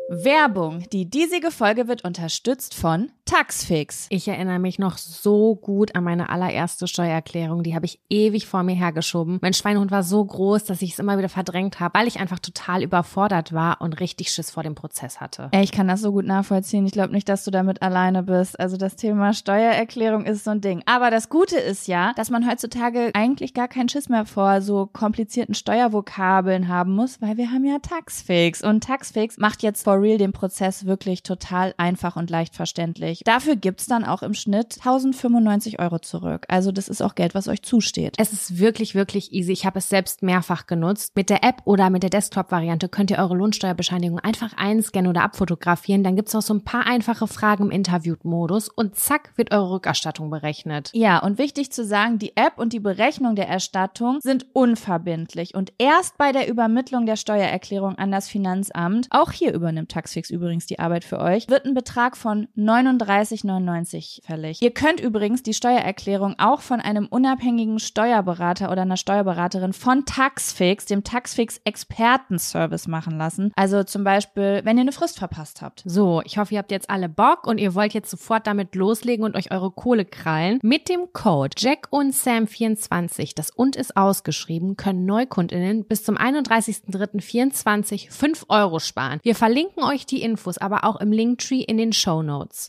Werbung. Die diesige Folge wird unterstützt von Taxfix. Ich erinnere mich noch so gut an meine allererste Steuererklärung. Die habe ich ewig vor mir hergeschoben. Mein Schweinehund war so groß, dass ich es immer wieder verdrängt habe, weil ich einfach total überfordert war und richtig Schiss vor dem Prozess hatte. Ich kann das so gut nachvollziehen. Ich glaube nicht, dass du damit alleine bist. Also das Thema Steuererklärung ist so ein Ding. Aber das Gute ist ja, dass man heutzutage eigentlich gar keinen Schiss mehr vor so komplizierten Steuervokabeln haben muss, weil wir haben ja Taxfix. Und Taxfix macht jetzt for real den Prozess wirklich total einfach und leicht verständlich. Dafür gibt's dann auch im Schnitt 1.095 € zurück. Also das ist auch Geld, was euch zusteht. Es ist wirklich, wirklich easy. Ich habe es selbst mehrfach genutzt. Mit der App oder mit der Desktop-Variante könnt ihr eure Lohnsteuerbescheinigung einfach einscannen oder abfotografieren. Dann gibt's noch so ein paar einfache Fragen im Interview-Modus und zack, wird eure Rückerstattung berechnet. Ja, und wichtig zu sagen, die App und die Berechnung der Erstattung sind unverbindlich. Und erst bei der Übermittlung der Steuererklärung an das Finanzamt, auch hier übernimmt Taxfix übrigens die Arbeit für euch, wird ein Betrag von 39,99 € fällig. Ihr könnt übrigens die Steuererklärung auch von einem unabhängigen Steuerberater oder einer Steuerberaterin von Taxfix, dem Taxfix Expertenservice machen lassen. Also zum Beispiel, wenn ihr eine Frist verpasst habt. So, ich hoffe, ihr habt jetzt alle Bock und ihr wollt jetzt sofort damit loslegen und euch eure Kohle krallen. Mit dem Code Jack und Sam 24, das und ist ausgeschrieben, können NeukundInnen bis zum 31.03.24 5 € sparen. Wir verlinken euch die Infos aber auch im Linktree in den Shownotes.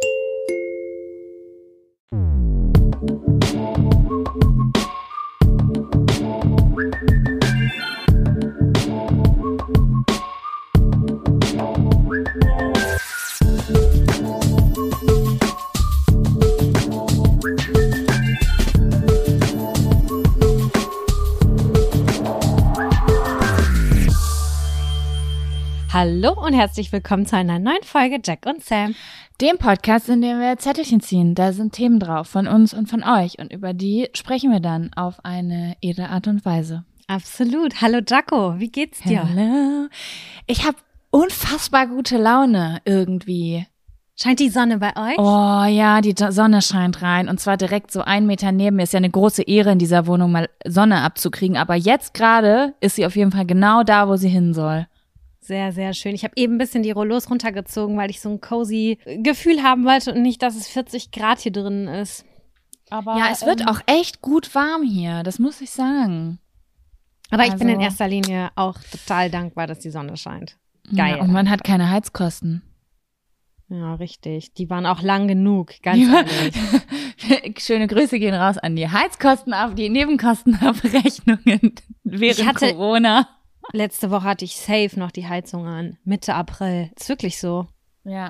Hallo und herzlich willkommen zu einer neuen Folge Jack und Sam. Dem Podcast, in dem wir Zettelchen ziehen. Da sind Themen drauf von uns und von euch. Und über die sprechen wir dann auf eine edle Art und Weise. Absolut. Hallo Jacko, wie geht's dir? Hallo. Ich habe unfassbar gute Laune irgendwie. Scheint die Sonne bei euch? Oh ja, die Sonne scheint rein. Und zwar direkt so 1 Meter neben mir. Ist ja eine große Ehre, in dieser Wohnung mal Sonne abzukriegen. Aber jetzt gerade ist sie auf jeden Fall genau da, wo sie hin soll. Sehr, sehr schön. Ich habe eben ein bisschen die Rollos runtergezogen, weil ich so ein cozy Gefühl haben wollte und nicht, dass es 40 Grad hier drin ist. Aber ja, es wird auch echt gut warm hier, das muss ich sagen. Aber ich bin in erster Linie auch total dankbar, dass die Sonne scheint. Geil. Ja, und man hat keine Heizkosten. Ja, richtig. Die waren auch lang genug, ganz ehrlich. Schöne Grüße gehen raus an die Heizkosten, die Nebenkostenabrechnungen während Corona. Letzte Woche hatte ich safe noch die Heizung an. Mitte April. Ist wirklich so. Ja.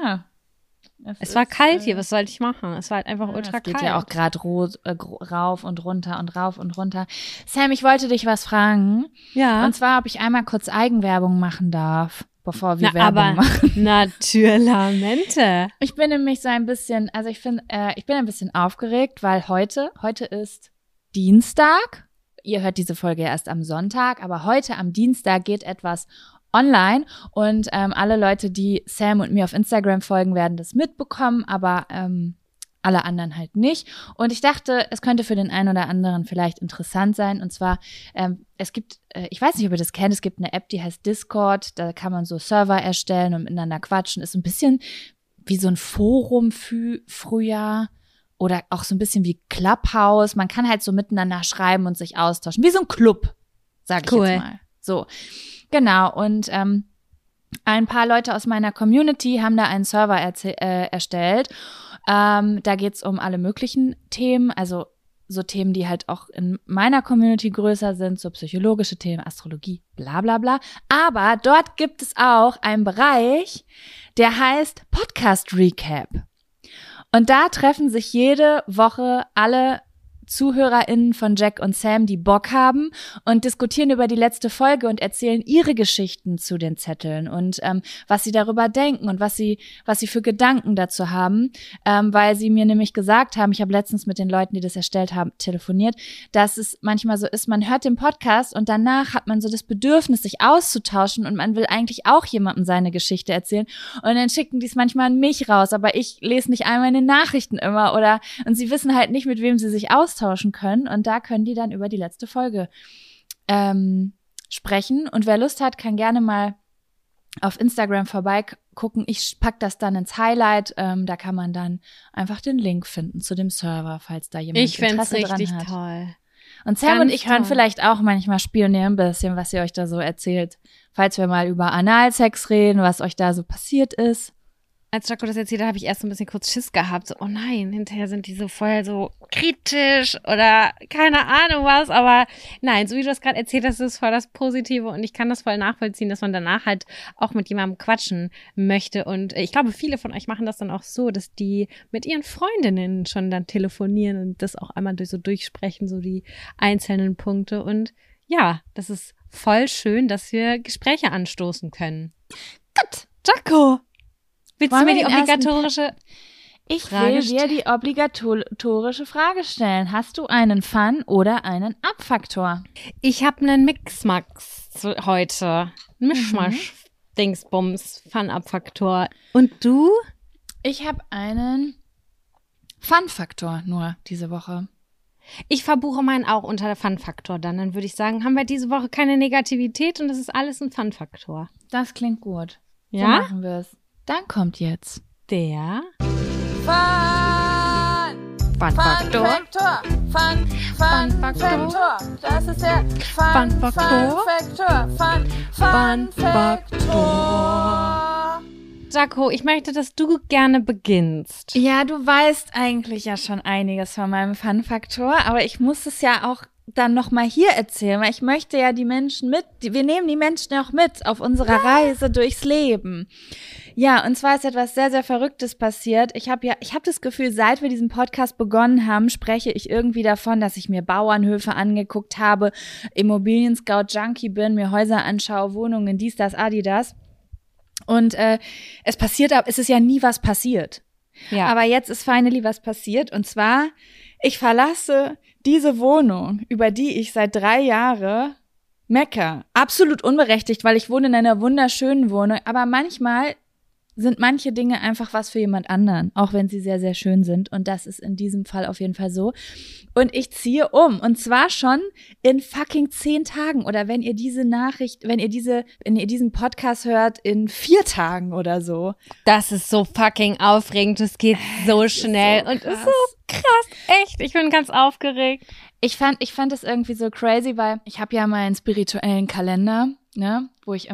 Es war kalt hier, was sollte ich machen? Es war halt einfach ultra kalt. Es geht ja auch gerade rauf und runter und rauf und runter. Sam, ich wollte dich was fragen. Ja. Und zwar, ob ich einmal kurz Eigenwerbung machen darf, bevor wir Werbung machen. Natürlich. Ich bin nämlich so ein bisschen, also ich bin ein bisschen aufgeregt, weil heute ist Dienstag. Ihr hört diese Folge ja erst am Sonntag, aber heute am Dienstag geht etwas online und alle Leute, die Sam und mir auf Instagram folgen, werden das mitbekommen, aber alle anderen halt nicht. Und ich dachte, es könnte für den einen oder anderen vielleicht interessant sein. Und zwar, es gibt, ich weiß nicht, ob ihr das kennt, es gibt eine App, die heißt Discord. Da kann man so Server erstellen und miteinander quatschen. Ist so ein bisschen wie so ein Forum früher. Oder auch so ein bisschen wie Clubhouse. Man kann halt so miteinander schreiben und sich austauschen. Wie so ein Club, sag ich jetzt mal. So, genau. Und ein paar Leute aus meiner Community haben da einen Server erstellt. Da geht's um alle möglichen Themen. Also so Themen, die halt auch in meiner Community größer sind. So psychologische Themen, Astrologie, bla bla bla. Aber dort gibt es auch einen Bereich, der heißt Podcast Recap. Und da treffen sich jede Woche alle ZuhörerInnen von Jack und Sam, die Bock haben und diskutieren über die letzte Folge und erzählen ihre Geschichten zu den Zetteln und was sie darüber denken und was sie für Gedanken dazu haben, weil sie mir nämlich gesagt haben, ich habe letztens mit den Leuten, die das erstellt haben, telefoniert, dass es manchmal so ist, man hört den Podcast und danach hat man so das Bedürfnis, sich auszutauschen und man will eigentlich auch jemandem seine Geschichte erzählen und dann schicken die es manchmal an mich raus, aber ich lese nicht einmal in den Nachrichten immer und sie wissen halt nicht, mit wem sie sich austauschen können und da können die dann über die letzte Folge sprechen und wer Lust hat, kann gerne mal auf Instagram vorbeigucken. Ich pack das dann ins Highlight. Da kann man dann einfach den Link finden zu dem Server, falls da jemand Interesse dran hat. Ich find's richtig toll. Und Sam und ich hören vielleicht auch manchmal spionieren ein bisschen, was ihr euch da so erzählt. Falls wir mal über Analsex reden, was euch da so passiert ist. Als Jaco das erzählt hat, habe ich erst so ein bisschen kurz Schiss gehabt. So, oh nein, hinterher sind die so voll so kritisch oder keine Ahnung was. Aber nein, so wie du das gerade erzählt hast, ist voll das Positive. Und ich kann das voll nachvollziehen, dass man danach halt auch mit jemandem quatschen möchte. Und ich glaube, viele von euch machen das dann auch so, dass die mit ihren Freundinnen schon dann telefonieren und das auch einmal durchsprechen, so die einzelnen Punkte. Und ja, das ist voll schön, dass wir Gespräche anstoßen können. Gut, Jaco! Willst du mir die obligatorische Ich will dir die obligatorische Frage stellen. Hast du einen Fun- oder einen Up-Faktor? Ich habe einen Mixmax heute. Mischmasch, Dingsbums, Fun-Up-Faktor. Und du? Ich habe einen Fun-Faktor nur diese Woche. Ich verbuche meinen auch unter der Fun-Faktor dann. Dann würde ich sagen, haben wir diese Woche keine Negativität und das ist alles ein Fun-Faktor. Das klingt gut. Ja? So machen wir es. Dann kommt jetzt der Fun-Faktor. Fun-Faktor. Das ist der Fun-Faktor. Jaco, ich möchte, dass du gerne beginnst. Ja, du weißt eigentlich ja schon einiges von meinem Fun-Faktor, aber ich muss es ja auch dann nochmal hier erzählen, weil ich möchte ja die Menschen wir nehmen die Menschen auch mit auf unserer Reise durchs Leben. Ja, und zwar ist etwas sehr, sehr Verrücktes passiert. Ich habe das Gefühl, seit wir diesen Podcast begonnen haben, spreche ich irgendwie davon, dass ich mir Bauernhöfe angeguckt habe, Immobilien-Scout-Junkie bin, mir Häuser anschaue, Wohnungen, dies, das, Adidas. Und es ist ja nie was passiert. Ja. Aber jetzt ist finally was passiert, und zwar, ich verlasse diese Wohnung, über die ich seit 3 Jahren meckere. Absolut unberechtigt, weil ich wohne in einer wunderschönen Wohnung, aber manchmal sind manche Dinge einfach was für jemand anderen, auch wenn sie sehr, sehr schön sind. Und das ist in diesem Fall auf jeden Fall so. Und ich ziehe um. Und zwar schon in fucking 10 Tagen. Oder wenn ihr diesen Podcast hört, in 4 Tagen oder so. Das ist so fucking aufregend. Es geht so schnell. Und es ist so krass. Echt. Ich bin ganz aufgeregt. Ich fand es irgendwie so crazy, weil ich habe ja meinen spirituellen Kalender, ne, wo ich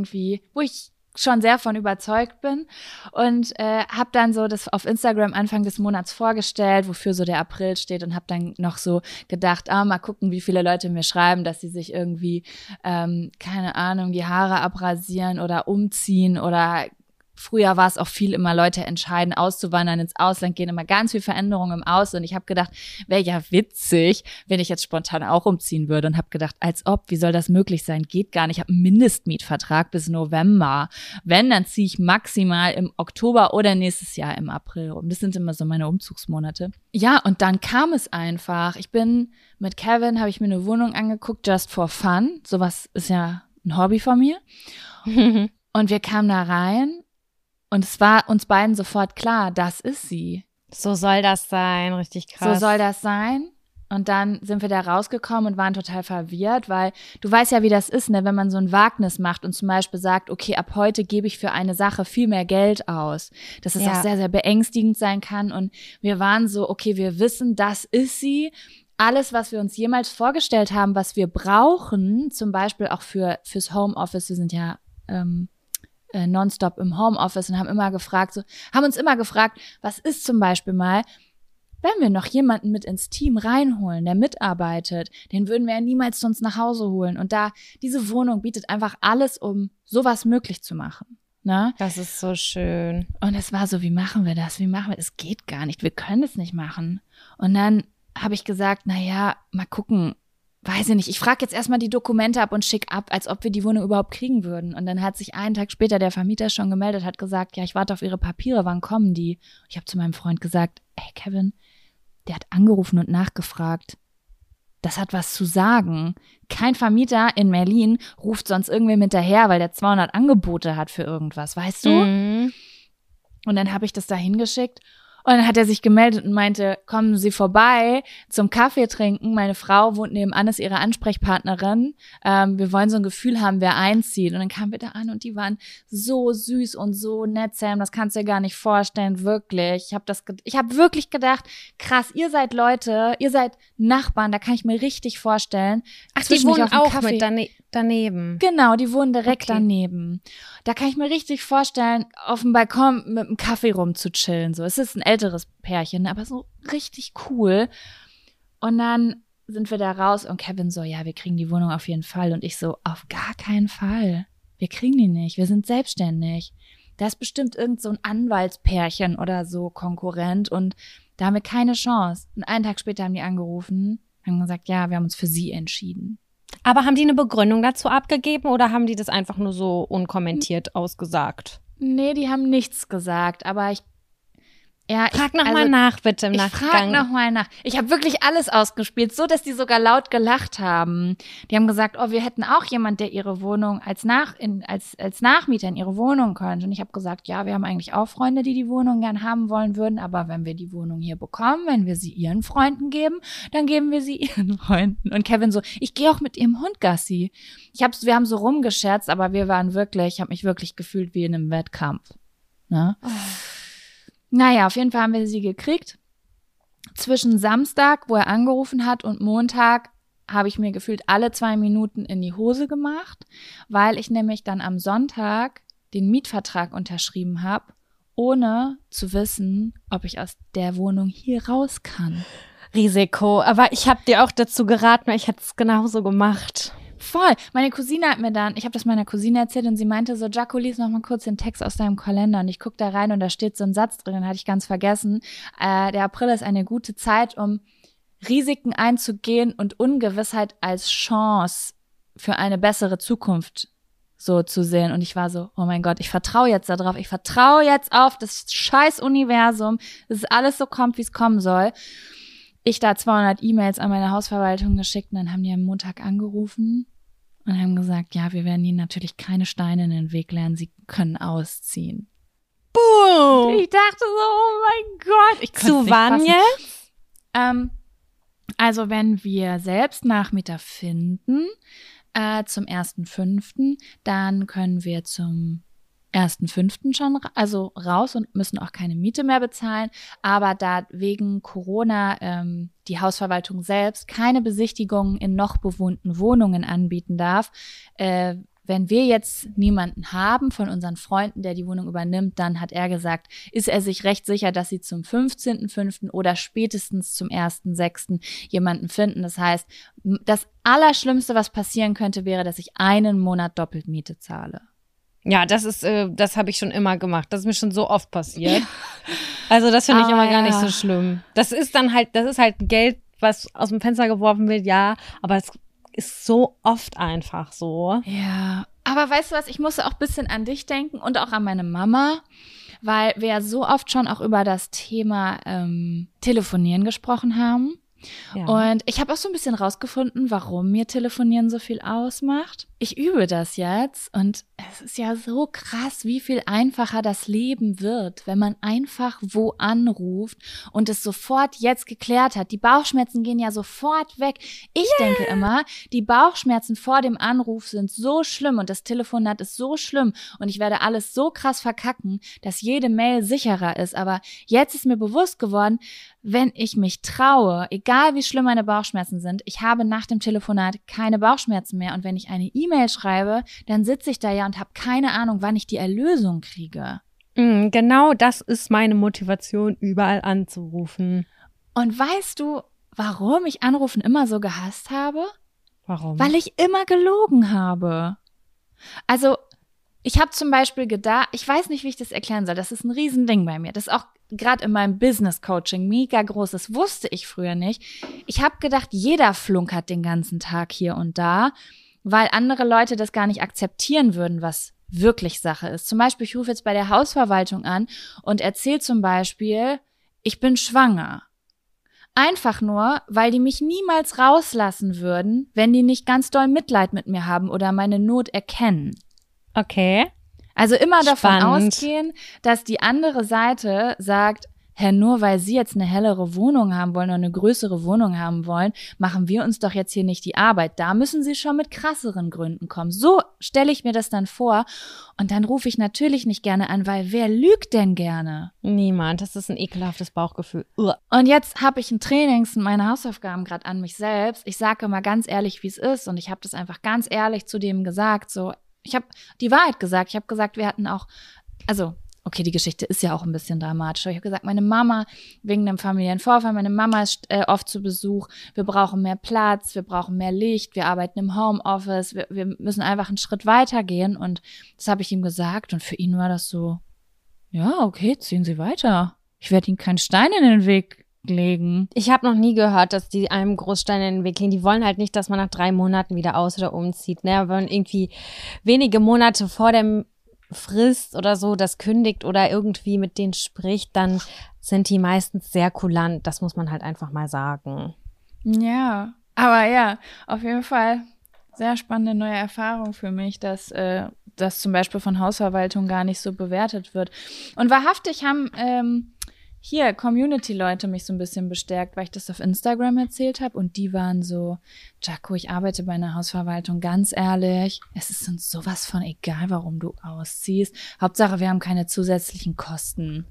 schon sehr von überzeugt bin, und habe dann so das auf Instagram Anfang des Monats vorgestellt, wofür so der April steht, und habe dann noch so gedacht, mal gucken, wie viele Leute mir schreiben, dass sie sich irgendwie, keine Ahnung, die Haare abrasieren oder umziehen, oder früher war es auch viel immer, Leute entscheiden, auszuwandern, ins Ausland gehen, immer ganz viel Veränderung im Aus. Und ich habe gedacht, wäre ja witzig, wenn ich jetzt spontan auch umziehen würde, und habe gedacht, als ob, wie soll das möglich sein? Geht gar nicht. Ich habe einen Mindestmietvertrag bis November. Wenn, dann ziehe ich maximal im Oktober oder nächstes Jahr im April rum. Das sind immer so meine Umzugsmonate. Ja, und dann kam es einfach. Mit Kevin habe ich mir eine Wohnung angeguckt, just for fun. Sowas ist ja ein Hobby von mir. Und wir kamen da rein. Und es war uns beiden sofort klar, das ist sie. So soll das sein, richtig krass. So soll das sein. Und dann sind wir da rausgekommen und waren total verwirrt, weil du weißt ja, wie das ist, ne, wenn man so ein Wagnis macht und zum Beispiel sagt, okay, ab heute gebe ich für eine Sache viel mehr Geld aus. Dass es auch sehr, sehr beängstigend sein kann. Und wir waren so, okay, wir wissen, das ist sie. Alles, was wir uns jemals vorgestellt haben, was wir brauchen, zum Beispiel auch fürs Homeoffice, wir sind ja nonstop im Homeoffice und haben uns immer gefragt, was ist zum Beispiel mal, wenn wir noch jemanden mit ins Team reinholen, der mitarbeitet, den würden wir ja niemals zu uns nach Hause holen. Und diese Wohnung bietet einfach alles, um sowas möglich zu machen. Ne? Das ist so schön. Und es war so, wie machen wir das? Es geht gar nicht, wir können es nicht machen. Und dann habe ich gesagt, mal gucken, weiß ich nicht, ich frage jetzt erstmal die Dokumente ab und schick ab, als ob wir die Wohnung überhaupt kriegen würden. Und dann hat sich einen Tag später der Vermieter schon gemeldet, hat gesagt, ja, ich warte auf Ihre Papiere, wann kommen die? Und ich habe zu meinem Freund gesagt, hey Kevin, der hat angerufen und nachgefragt. Das hat was zu sagen. Kein Vermieter in Berlin ruft sonst irgendwem hinterher, weil der 200 Angebote hat für irgendwas, weißt du? Mhm. Und dann habe ich das da hingeschickt. Und dann hat er sich gemeldet und meinte, kommen Sie vorbei zum Kaffee trinken. Meine Frau wohnt nebenan, ist ihre Ansprechpartnerin. Wir wollen so ein Gefühl haben, wer einzieht. Und dann kamen wir da an und die waren so süß und so nett, Sam. Das kannst du dir gar nicht vorstellen, wirklich. Ich habe wirklich gedacht, krass, ihr seid Leute, ihr seid Nachbarn, da kann ich mir richtig vorstellen. Ach, die wohnen auch mit daneben. Genau, die wohnen direkt daneben. Da kann ich mir richtig vorstellen, auf dem Balkon mit einem Kaffee rumzuchillen. So, es ist ein älteres Pärchen, aber so richtig cool. Und dann sind wir da raus und Kevin so, ja, wir kriegen die Wohnung auf jeden Fall. Und ich so, auf gar keinen Fall. Wir kriegen die nicht. Wir sind selbstständig. Da ist bestimmt irgend so ein Anwaltspärchen oder so Konkurrent und da haben wir keine Chance. Und einen Tag später haben die angerufen, haben gesagt, ja, wir haben uns für sie entschieden. Aber haben die eine Begründung dazu abgegeben oder haben die das einfach nur so unkommentiert ausgesagt? Nee, die haben nichts gesagt, aber Frag nochmal nach, bitte, im Nachgang. Ich frag nochmal nach. Ich habe wirklich alles ausgespielt, so dass die sogar laut gelacht haben. Die haben gesagt, oh, wir hätten auch jemand, der ihre Wohnung als Nachmieter in ihre Wohnung könnte. Und ich habe gesagt, ja, wir haben eigentlich auch Freunde, die Wohnung gern haben wollen würden, aber wenn wir die Wohnung hier bekommen, wenn wir sie ihren Freunden geben, dann geben wir sie ihren Freunden. Und Kevin so, ich gehe auch mit ihrem Hund Gassi. Wir haben so rumgescherzt, aber ich habe mich wirklich gefühlt wie in einem Wettkampf. Ne? Oh. Naja, auf jeden Fall haben wir sie gekriegt. Zwischen Samstag, wo er angerufen hat, und Montag habe ich mir gefühlt alle 2 Minuten in die Hose gemacht, weil ich nämlich dann am Sonntag den Mietvertrag unterschrieben habe, ohne zu wissen, ob ich aus der Wohnung hier raus kann. Risiko, aber ich habe dir auch dazu geraten, ich hätte es genauso gemacht. Voll. Meine Cousine ich habe das meiner Cousine erzählt und sie meinte so, Jaco, lies noch mal kurz den Text aus deinem Kalender. Und ich gucke da rein und da steht so ein Satz drin, den hatte ich ganz vergessen. Der April ist eine gute Zeit, um Risiken einzugehen und Ungewissheit als Chance für eine bessere Zukunft so zu sehen. Und ich war so, oh mein Gott, ich vertraue jetzt darauf. Ich vertraue jetzt auf das scheiß Universum, dass es alles so kommt, wie es kommen soll. Ich da 200 E-Mails an meine Hausverwaltung geschickt und dann haben die am Montag angerufen und haben gesagt, ja, wir werden ihnen natürlich keine Steine in den Weg lernen, sie können ausziehen. Boom! Ich dachte so, oh mein Gott. Zu wann jetzt? Also wenn wir selbst Nachmieter finden, zum 1.5., dann können wir zum 1.5. schon raus und müssen auch keine Miete mehr bezahlen. Aber da wegen Corona die Hausverwaltung selbst keine Besichtigungen in noch bewohnten Wohnungen anbieten darf, wenn wir jetzt niemanden haben von unseren Freunden, der die Wohnung übernimmt, dann hat er gesagt, ist er sich recht sicher, dass sie zum 15.5. oder spätestens zum 1.6. jemanden finden. Das heißt, das Allerschlimmste, was passieren könnte, wäre, dass ich einen Monat doppelt Miete zahle. Ja, das habe ich schon immer gemacht. Das ist mir schon so oft passiert. Ja. Also das finde ich immer gar nicht so schlimm. Das ist halt Geld, was aus dem Fenster geworfen wird, ja, aber es ist so oft einfach so. Ja, aber weißt du was, ich musste auch ein bisschen an dich denken und auch an meine Mama, weil wir ja so oft schon auch über das Thema Telefonieren gesprochen haben. Ja. Und ich habe auch so ein bisschen rausgefunden, warum mir Telefonieren so viel ausmacht. Ich übe das jetzt und es ist ja so krass, wie viel einfacher das Leben wird, wenn man einfach wo anruft und es sofort jetzt geklärt hat. Die Bauchschmerzen gehen ja sofort weg. Ich denke immer, die Bauchschmerzen vor dem Anruf sind so schlimm und das Telefonat ist so schlimm und ich werde alles so krass verkacken, dass jede Mail sicherer ist. Aber jetzt ist mir bewusst geworden, wenn ich mich traue, egal wie schlimm meine Bauchschmerzen sind, ich habe nach dem Telefonat keine Bauchschmerzen mehr und wenn ich eine E-Mail schreibe, dann sitze ich da ja und habe keine Ahnung, wann ich die Erlösung kriege. Genau das ist meine Motivation, überall anzurufen. Und weißt du, warum ich Anrufen immer so gehasst habe? Warum? Weil ich immer gelogen habe. Also ich habe zum Beispiel gedacht, ich weiß nicht, wie ich das erklären soll, das ist ein Riesending bei mir. Das ist auch gerade in meinem Business-Coaching mega groß, das wusste ich früher nicht. Ich habe gedacht, jeder flunkert den ganzen Tag hier und da, weil andere Leute das gar nicht akzeptieren würden, was wirklich Sache ist. Zum Beispiel, ich rufe jetzt bei der Hausverwaltung an und erzähle zum Beispiel, ich bin schwanger. Einfach nur, weil die mich niemals rauslassen würden, wenn die nicht ganz doll Mitleid mit mir haben oder meine Not erkennen. Okay. Also immer davon ausgehen, dass die andere Seite sagt, nur weil sie jetzt eine hellere Wohnung haben wollen oder eine größere Wohnung haben wollen, machen wir uns doch jetzt hier nicht die Arbeit. Da müssen sie schon mit krasseren Gründen kommen. So stelle ich mir das dann vor und dann rufe ich natürlich nicht gerne an, weil wer lügt denn gerne? Niemand, das ist ein ekelhaftes Bauchgefühl. Und jetzt habe ich ein Trainings und meine Hausaufgaben gerade an mich selbst. Ich sage mal ganz ehrlich, wie es ist und ich habe das einfach ganz ehrlich zu dem gesagt. So, ich habe die Wahrheit gesagt. Ich habe gesagt, wir hatten auch, also okay, die Geschichte ist ja auch ein bisschen dramatisch. Ich habe gesagt, meine Mama, wegen einem Familienvorfall, meine Mama ist oft zu Besuch. Wir brauchen mehr Platz, wir brauchen mehr Licht, wir arbeiten im Homeoffice, wir müssen einfach einen Schritt weiter gehen. Und das habe ich ihm gesagt. Und für ihn war das so, ja, okay, ziehen Sie weiter. Ich werde Ihnen keinen Stein in den Weg legen. Ich habe noch nie gehört, dass die einem Großsteine in den Weg legen. Die wollen halt nicht, dass man nach 3 Monaten wieder aus- oder umzieht. Ne? Wenn man irgendwie wenige Monate vor dem Frist oder so das kündigt oder irgendwie mit denen spricht, dann sind die meistens sehr kulant. Das muss man halt einfach mal sagen. Ja, aber ja, auf jeden Fall sehr spannende neue Erfahrung für mich, dass das zum Beispiel von Hausverwaltung gar nicht so bewertet wird. Und wahrhaftig haben hier Community-Leute mich so ein bisschen bestärkt, weil ich das auf Instagram erzählt habe und die waren so, Jaco, ich arbeite bei einer Hausverwaltung, ganz ehrlich, es ist uns sowas von egal, warum du ausziehst. Hauptsache, wir haben keine zusätzlichen Kosten.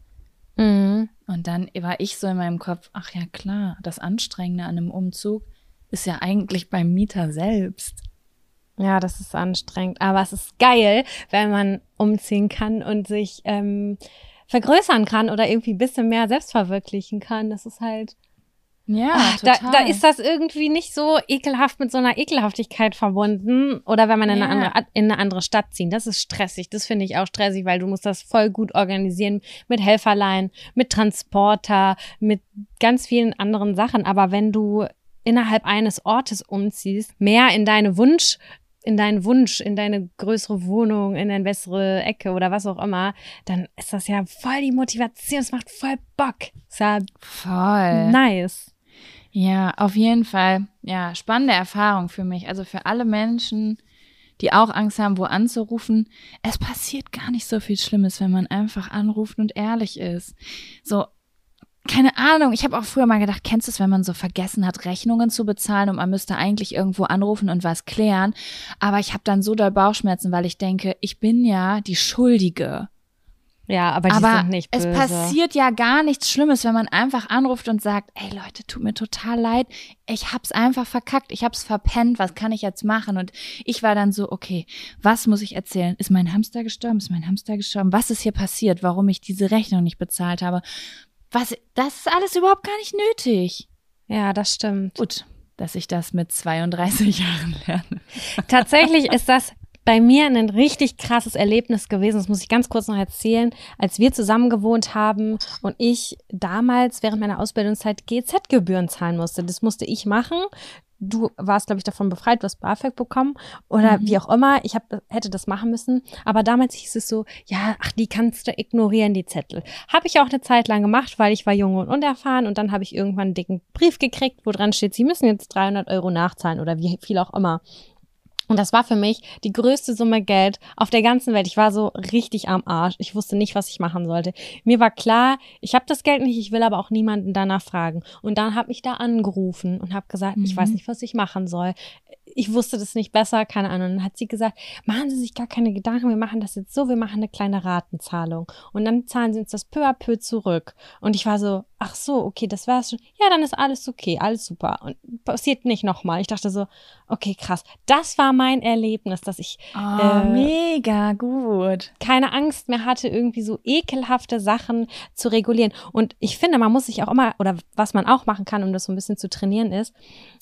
Mhm. Und dann war ich so in meinem Kopf, ach ja klar, das Anstrengende an einem Umzug ist ja eigentlich beim Mieter selbst. Ja, das ist anstrengend, aber es ist geil, wenn man umziehen kann und sich vergrößern kann oder irgendwie ein bisschen mehr selbst verwirklichen kann. Das ist halt, ja, total. Da ist das irgendwie nicht so ekelhaft mit so einer Ekelhaftigkeit verbunden. Oder wenn man in eine andere Stadt zieht. Das ist stressig. Das finde ich auch stressig, weil du musst das voll gut organisieren mit Helferlein, mit Transporter, mit ganz vielen anderen Sachen. Aber wenn du innerhalb eines Ortes umziehst, mehr in deinen Wunsch, in deine größere Wohnung, in eine bessere Ecke oder was auch immer, dann ist das ja voll die Motivation, es macht voll Bock. Ist ja voll nice. Ja, auf jeden Fall. Ja, spannende Erfahrung für mich. Also für alle Menschen, die auch Angst haben, wo anzurufen. Es passiert gar nicht so viel Schlimmes, wenn man einfach anruft und ehrlich ist. So, keine Ahnung, ich habe auch früher mal gedacht, kennst du es, wenn man so vergessen hat, Rechnungen zu bezahlen und man müsste eigentlich irgendwo anrufen und was klären. Aber ich habe dann so doll Bauchschmerzen, weil ich denke, ich bin ja die Schuldige. Ja, aber die sind nicht böse. Es passiert ja gar nichts Schlimmes, wenn man einfach anruft und sagt, ey Leute, tut mir total leid, ich hab's einfach verkackt, ich hab's verpennt, was kann ich jetzt machen? Und ich war dann so, okay, was muss ich erzählen? Ist mein Hamster gestorben? Was ist hier passiert? Warum ich diese Rechnung nicht bezahlt habe? Das ist alles überhaupt gar nicht nötig. Ja, das stimmt. Gut, dass ich das mit 32 Jahren lerne. Tatsächlich ist das bei mir ein richtig krasses Erlebnis gewesen. Das muss ich ganz kurz noch erzählen. Als wir zusammen gewohnt haben und ich damals während meiner Ausbildungszeit GEZ-Gebühren zahlen musste. Das musste ich machen. Du warst, glaube ich, davon befreit, du hast BAföG bekommen oder wie auch immer. Ich hätte das machen müssen. Aber damals hieß es so, ja, ach, die kannst du ignorieren, die Zettel. Habe ich auch eine Zeit lang gemacht, weil ich war jung und unerfahren. Und dann habe ich irgendwann einen dicken Brief gekriegt, wo dran steht, Sie müssen jetzt 300 € nachzahlen oder wie viel auch immer. Und das war für mich die größte Summe Geld auf der ganzen Welt. Ich war so richtig am Arsch. Ich wusste nicht, was ich machen sollte. Mir war klar, ich habe das Geld nicht, ich will aber auch niemanden danach fragen. Und dann habe ich da angerufen und habe gesagt, ich weiß nicht, was ich machen soll. Ich wusste das nicht besser, keine Ahnung. Dann hat sie gesagt, machen Sie sich gar keine Gedanken, wir machen das jetzt so, wir machen eine kleine Ratenzahlung. Und dann zahlen Sie uns das peu à peu zurück. Und ich war so, ach so, okay, das war's schon. Ja, dann ist alles okay, alles super. Und passiert nicht nochmal. Ich dachte so, okay, krass. Das war mein Erlebnis, dass ich mega gut. Keine Angst mehr hatte, irgendwie so ekelhafte Sachen zu regulieren. Und ich finde, man muss sich auch immer, oder was man auch machen kann, um das so ein bisschen zu trainieren, ist,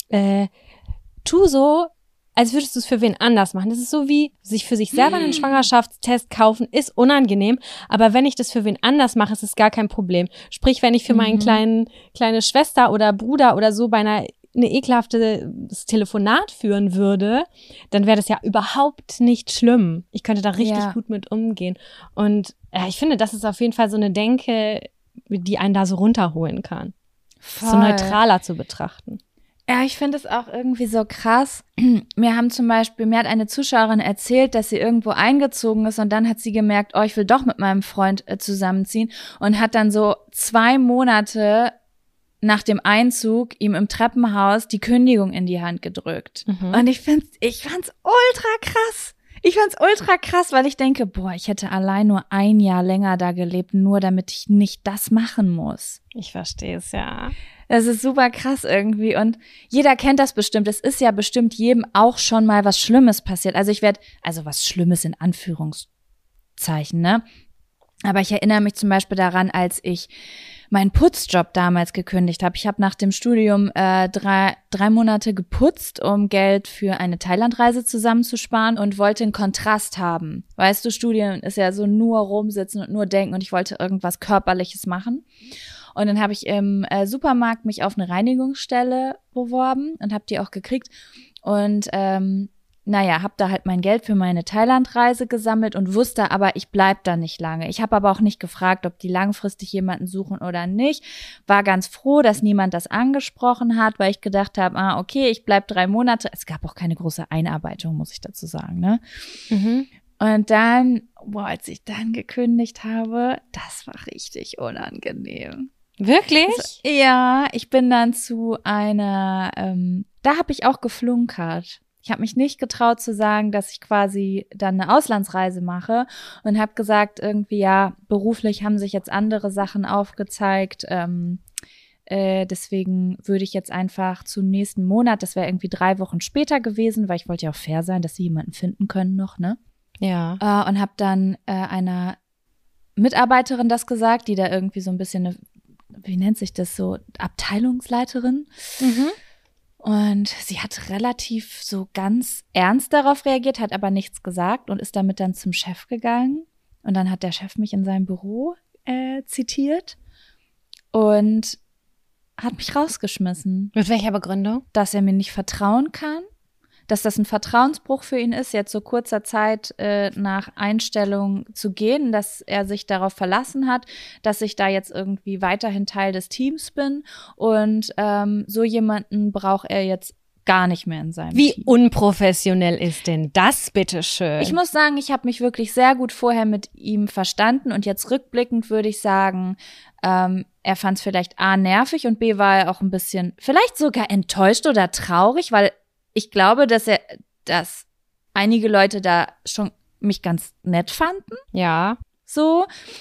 tu so, als würdest du es für wen anders machen. Das ist so wie sich für sich selber einen Schwangerschaftstest kaufen, ist unangenehm. Aber wenn ich das für wen anders mache, ist es gar kein Problem. Sprich, wenn ich für meinen kleine Schwester oder Bruder oder so bei eine ekelhaftes Telefonat führen würde, dann wäre das ja überhaupt nicht schlimm. Ich könnte da richtig gut mit umgehen. Und ich finde, das ist auf jeden Fall so eine Denke, die einen da so runterholen kann. Voll. So neutraler zu betrachten. Ja, ich finde es auch irgendwie so krass. Mir hat eine Zuschauerin erzählt, dass sie irgendwo eingezogen ist und dann hat sie gemerkt, oh, ich will doch mit meinem Freund zusammenziehen und hat dann so 2 Monate nach dem Einzug ihm im Treppenhaus die Kündigung in die Hand gedrückt. Und ich fand's ultra krass. Weil ich denke, boah, ich hätte allein nur 1 Jahr länger da gelebt, nur damit ich nicht das machen muss. Ich verstehe es, ja. Das ist super krass irgendwie und jeder kennt das bestimmt. Es ist ja bestimmt jedem auch schon mal was Schlimmes passiert. Also was Schlimmes in Anführungszeichen, ne? Aber ich erinnere mich zum Beispiel daran, als ich meinen Putzjob damals gekündigt habe. Ich habe nach dem Studium 3 Monate geputzt, um Geld für eine Thailandreise zusammenzusparen und wollte einen Kontrast haben. Weißt du, Studium ist ja so nur rumsitzen und nur denken und ich wollte irgendwas Körperliches machen. Und dann habe ich im Supermarkt mich auf eine Reinigungsstelle beworben und habe die auch gekriegt. Und habe da halt mein Geld für meine Thailandreise gesammelt und wusste aber, ich bleib da nicht lange. Ich habe aber auch nicht gefragt, ob die langfristig jemanden suchen oder nicht. War ganz froh, dass niemand das angesprochen hat, weil ich gedacht habe, okay, ich bleib 3 Monate. Es gab auch keine große Einarbeitung, muss ich dazu sagen, ne? Und dann, als ich dann gekündigt habe, das war richtig unangenehm. Wirklich? Also, ja, ich bin dann zu einer, da habe ich auch geflunkert. Ich habe mich nicht getraut zu sagen, dass ich quasi dann eine Auslandsreise mache und habe gesagt, irgendwie, ja, beruflich haben sich jetzt andere Sachen aufgezeigt. Deswegen würde ich jetzt einfach zum nächsten Monat, das wäre irgendwie 3 Wochen später gewesen, weil ich wollte ja auch fair sein, dass sie jemanden finden können noch, ne? Ja. Und habe dann einer Mitarbeiterin das gesagt, die da irgendwie so ein bisschen wie nennt sich das so, Abteilungsleiterin. Und sie hat relativ so ganz ernst darauf reagiert, hat aber nichts gesagt und ist damit dann zum Chef gegangen. Und dann hat der Chef mich in seinem Büro zitiert und hat mich rausgeschmissen. Mit welcher Begründung? Dass er mir nicht vertrauen kann, dass das ein Vertrauensbruch für ihn ist, jetzt so kurzer Zeit nach Einstellung zu gehen, dass er sich darauf verlassen hat, dass ich da jetzt irgendwie weiterhin Teil des Teams bin und so jemanden braucht er jetzt gar nicht mehr in seinem Team. Wie unprofessionell ist denn das, bitteschön? Ich muss sagen, ich habe mich wirklich sehr gut vorher mit ihm verstanden und jetzt rückblickend würde ich sagen, er fand es vielleicht A, nervig und B, war er auch ein bisschen, vielleicht sogar enttäuscht oder traurig, weil ich glaube, dass einige Leute da schon mich ganz nett fanden. Ja. So.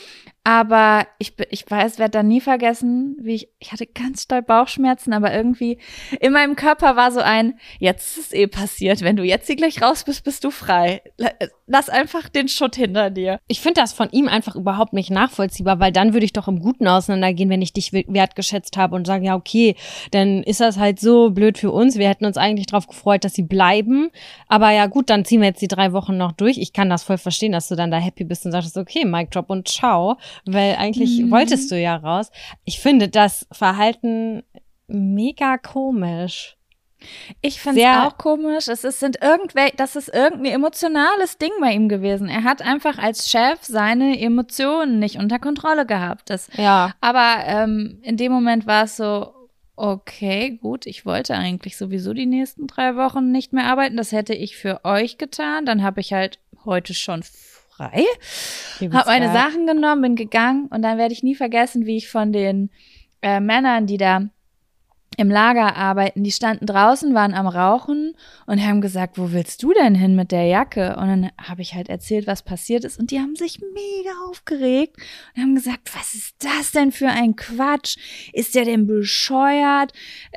Aber ich werde dann nie vergessen, wie ich hatte ganz doll Bauchschmerzen, aber irgendwie in meinem Körper war so jetzt ist es passiert. Wenn du jetzt hier gleich raus bist, bist du frei. Lass einfach den Schutt hinter dir. Ich finde das von ihm einfach überhaupt nicht nachvollziehbar, weil dann würde ich doch im Guten auseinandergehen, wenn ich dich wertgeschätzt habe und sagen, ja, okay, dann ist das halt so blöd für uns. Wir hätten uns eigentlich darauf gefreut, dass sie bleiben. Aber ja gut, dann ziehen wir jetzt die 3 Wochen noch durch. Ich kann das voll verstehen, dass du dann da happy bist und sagst, okay, Mic drop und ciao. Weil eigentlich wolltest du ja raus. Ich finde das Verhalten mega komisch. Ich finde es auch komisch. Das ist irgendein emotionales Ding bei ihm gewesen. Er hat einfach als Chef seine Emotionen nicht unter Kontrolle gehabt. Aber in dem Moment war es so, okay, gut, ich wollte eigentlich sowieso die nächsten 3 Wochen nicht mehr arbeiten. Das hätte ich für euch getan. Dann habe ich halt heute schon frei, habe meine Sachen genommen, bin gegangen und dann werde ich nie vergessen, wie ich von den Männern, die da im Lager arbeiten, die standen draußen, waren am Rauchen und haben gesagt, wo willst du denn hin mit der Jacke? Und dann habe ich halt erzählt, was passiert ist und die haben sich mega aufgeregt und haben gesagt, was ist das denn für ein Quatsch? Ist der denn bescheuert?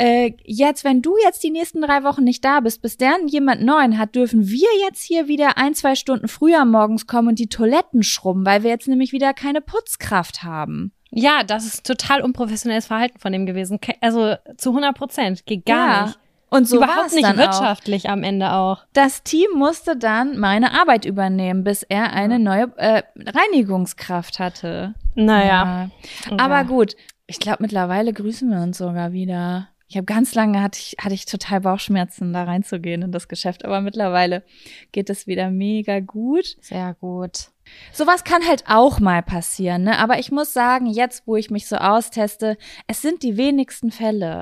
Wenn du jetzt die nächsten 3 Wochen nicht da bist, bis der jemand Neuen hat, dürfen wir jetzt hier wieder 1-2 Stunden früher morgens kommen und die Toiletten schrubben, weil wir jetzt nämlich wieder keine Putzkraft haben. Ja, das ist total unprofessionelles Verhalten von dem gewesen. Also zu 100%. Geht gar nicht. Und so überhaupt nicht wirtschaftlich auch. Am Ende auch. Das Team musste dann meine Arbeit übernehmen, bis er eine neue Reinigungskraft hatte. Naja. Ja. Aber gut, ich glaube, mittlerweile grüßen wir uns sogar wieder. Ich habe ganz lange hatte ich total Bauchschmerzen, da reinzugehen in das Geschäft. Aber mittlerweile geht es wieder mega gut. Sehr gut. Sowas kann halt auch mal passieren, ne? Aber ich muss sagen, jetzt, wo ich mich so austeste, es sind die wenigsten Fälle.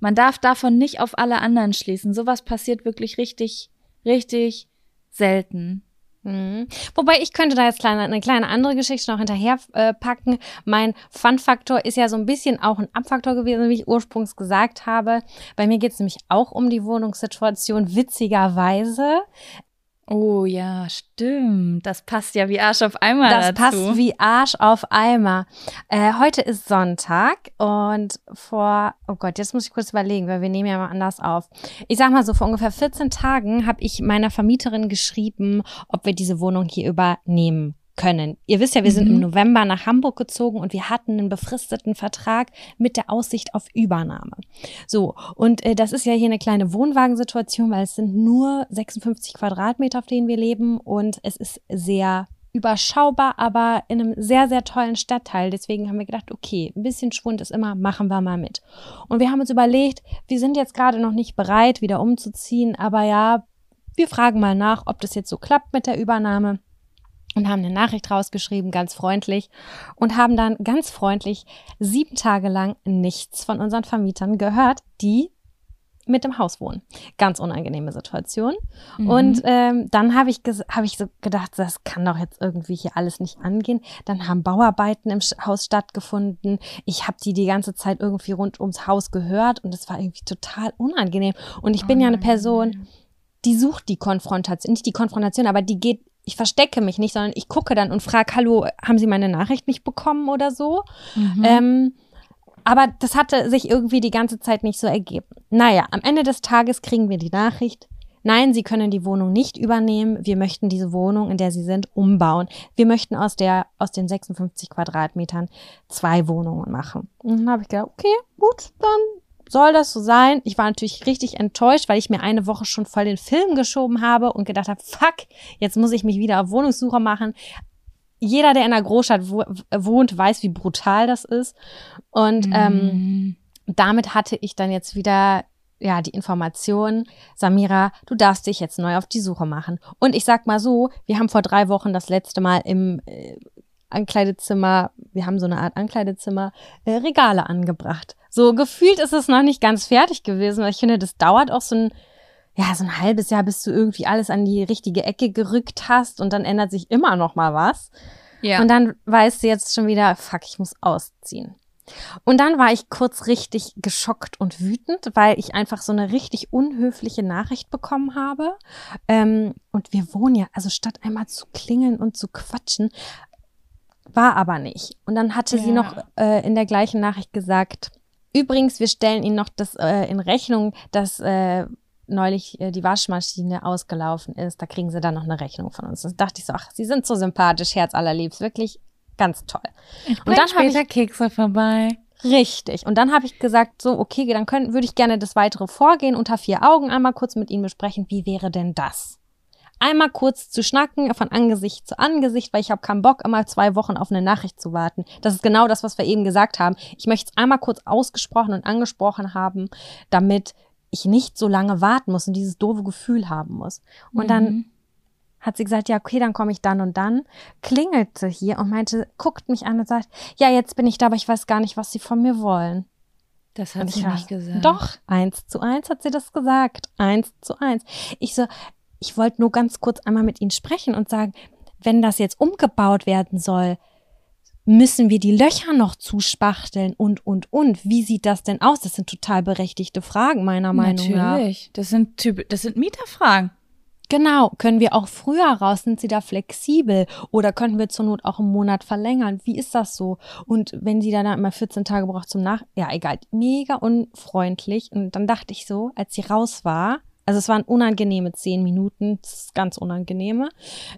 Man darf davon nicht auf alle anderen schließen. Sowas passiert wirklich richtig, richtig selten. Wobei ich könnte da jetzt eine kleine andere Geschichte noch hinterher packen. Mein Fun-Faktor ist ja so ein bisschen auch ein Abfaktor gewesen, wie ich ursprünglich gesagt habe. Bei mir geht es nämlich auch um die Wohnungssituation, witzigerweise. Oh ja, stimmt. Das passt ja wie Arsch auf Eimer dazu. Das passt wie Arsch auf Eimer. Heute ist Sonntag und oh Gott, jetzt muss ich kurz überlegen, weil wir nehmen ja mal anders auf. Ich sag mal so, vor ungefähr 14 Tagen habe ich meiner Vermieterin geschrieben, ob wir diese Wohnung hier übernehmen können. Ihr wisst ja, wir sind im November nach Hamburg gezogen und wir hatten einen befristeten Vertrag mit der Aussicht auf Übernahme. So, und das ist ja hier eine kleine Wohnwagensituation, weil es sind nur 56 Quadratmeter, auf denen wir leben und es ist sehr überschaubar, aber in einem sehr, sehr tollen Stadtteil. Deswegen haben wir gedacht, okay, ein bisschen Schwund ist immer, machen wir mal mit. Und wir haben uns überlegt, wir sind jetzt gerade noch nicht bereit, wieder umzuziehen, aber ja, wir fragen mal nach, ob das jetzt so klappt mit der Übernahme. Und haben eine Nachricht rausgeschrieben, ganz freundlich, und haben dann ganz freundlich 7 Tage lang nichts von unseren Vermietern gehört, die mit im Haus wohnen. Ganz unangenehme Situation. Und dann habe ich so gedacht, das kann doch jetzt irgendwie hier alles nicht angehen. Dann haben Bauarbeiten im Haus stattgefunden. Ich habe die ganze Zeit irgendwie rund ums Haus gehört und es war irgendwie total unangenehm. Und ich bin ja eine Person, die sucht die Konfrontation, nicht die Konfrontation, aber die geht. Ich verstecke mich nicht, sondern ich gucke dann und frage, hallo, haben Sie meine Nachricht nicht bekommen oder so? Aber das hatte sich irgendwie die ganze Zeit nicht so ergeben. Naja, am Ende des Tages kriegen wir die Nachricht, nein, Sie können die Wohnung nicht übernehmen. Wir möchten diese Wohnung, in der Sie sind, umbauen. Wir möchten aus den 56 Quadratmetern 2 Wohnungen machen. Und dann habe ich gedacht, okay, gut, dann soll das so sein? Ich war natürlich richtig enttäuscht, weil ich mir eine Woche schon voll den Film geschoben habe und gedacht habe, fuck, jetzt muss ich mich wieder auf Wohnungssuche machen. Jeder, der in einer Großstadt wohnt, weiß, wie brutal das ist. Und damit hatte ich dann jetzt wieder die Information, Samira, du darfst dich jetzt neu auf die Suche machen. Und ich sag mal so, wir haben vor 3 Wochen das letzte Mal im Ankleidezimmer, wir haben so eine Art Ankleidezimmer, Regale angebracht. So gefühlt ist es noch nicht ganz fertig gewesen, weil ich finde, das dauert auch so ein halbes Jahr, bis du irgendwie alles an die richtige Ecke gerückt hast und dann ändert sich immer noch mal was. Ja. Und dann weißt du jetzt schon wieder, fuck, ich muss ausziehen. Und dann war ich kurz richtig geschockt und wütend, weil ich einfach so eine richtig unhöfliche Nachricht bekommen habe. Und wir wohnen ja, also statt einmal zu klingeln und zu quatschen, war aber nicht. Und dann hatte sie noch in der gleichen Nachricht gesagt, übrigens, wir stellen Ihnen noch das in Rechnung, dass neulich die Waschmaschine ausgelaufen ist. Da kriegen Sie dann noch eine Rechnung von uns. Da dachte ich so, ach, Sie sind so sympathisch, Herz allerliebst, wirklich ganz toll. Und dann später Kekse vorbei. Richtig. Und dann habe ich gesagt, so, okay, dann würde ich gerne das weitere Vorgehen unter 4 Augen einmal kurz mit Ihnen besprechen. Wie wäre denn das? Einmal kurz zu schnacken, von Angesicht zu Angesicht, weil ich habe keinen Bock, immer 2 Wochen auf eine Nachricht zu warten. Das ist genau das, was wir eben gesagt haben. Ich möchte es einmal kurz ausgesprochen und angesprochen haben, damit ich nicht so lange warten muss und dieses doofe Gefühl haben muss. Und dann hat sie gesagt, ja, okay, dann komme ich dann und dann, klingelte hier und meinte, guckt mich an und sagt, ja, jetzt bin ich da, aber ich weiß gar nicht, was Sie von mir wollen. Das hat sie nicht gesagt. Doch, 1:1 hat sie das gesagt. 1:1. Ich wollte nur ganz kurz einmal mit Ihnen sprechen und sagen, wenn das jetzt umgebaut werden soll, müssen wir die Löcher noch zuspachteln und. Wie sieht das denn aus? Das sind total berechtigte Fragen, meiner Meinung nach. Natürlich. Das sind Mieterfragen. Genau. Können wir auch früher raus? Sind Sie da flexibel? Oder können wir zur Not auch einen Monat verlängern? Wie ist das so? Und wenn sie dann immer 14 Tage braucht ja, egal. Mega unfreundlich. Und dann dachte ich so, als sie raus war, also es waren unangenehme 10 Minuten, das ist ganz unangenehme,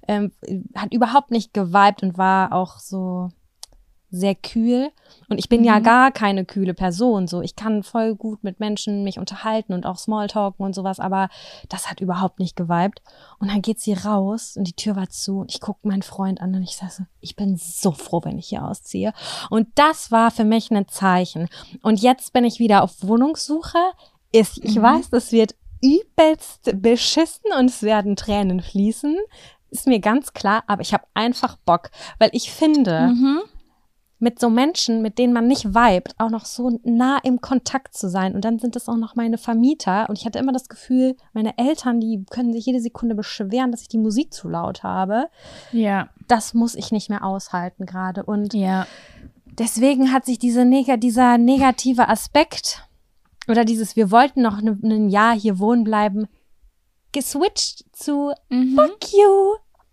hat überhaupt nicht geweibt und war auch so sehr kühl. Und ich bin ja gar keine kühle Person, so. Ich kann voll gut mit Menschen mich unterhalten und auch Smalltalken und sowas, aber das hat überhaupt nicht geweibt. Und dann geht sie raus und die Tür war zu und ich gucke meinen Freund an und ich sage so, ich bin so froh, wenn ich hier ausziehe. Und das war für mich ein Zeichen. Und jetzt bin ich wieder auf Wohnungssuche. Ich weiß, das wird übelst beschissen und es werden Tränen fließen. Ist mir ganz klar, aber ich habe einfach Bock, weil ich finde, mit so Menschen, mit denen man nicht vibet, auch noch so nah im Kontakt zu sein. Und dann sind das auch noch meine Vermieter. Und ich hatte immer das Gefühl, meine Eltern, die können sich jede Sekunde beschweren, dass ich die Musik zu laut habe. Ja. Das muss ich nicht mehr aushalten gerade. Und Ja. deswegen hat sich dieser negative Aspekt oder wir wollten noch ein Jahr hier wohnen bleiben, geswitcht zu fuck you.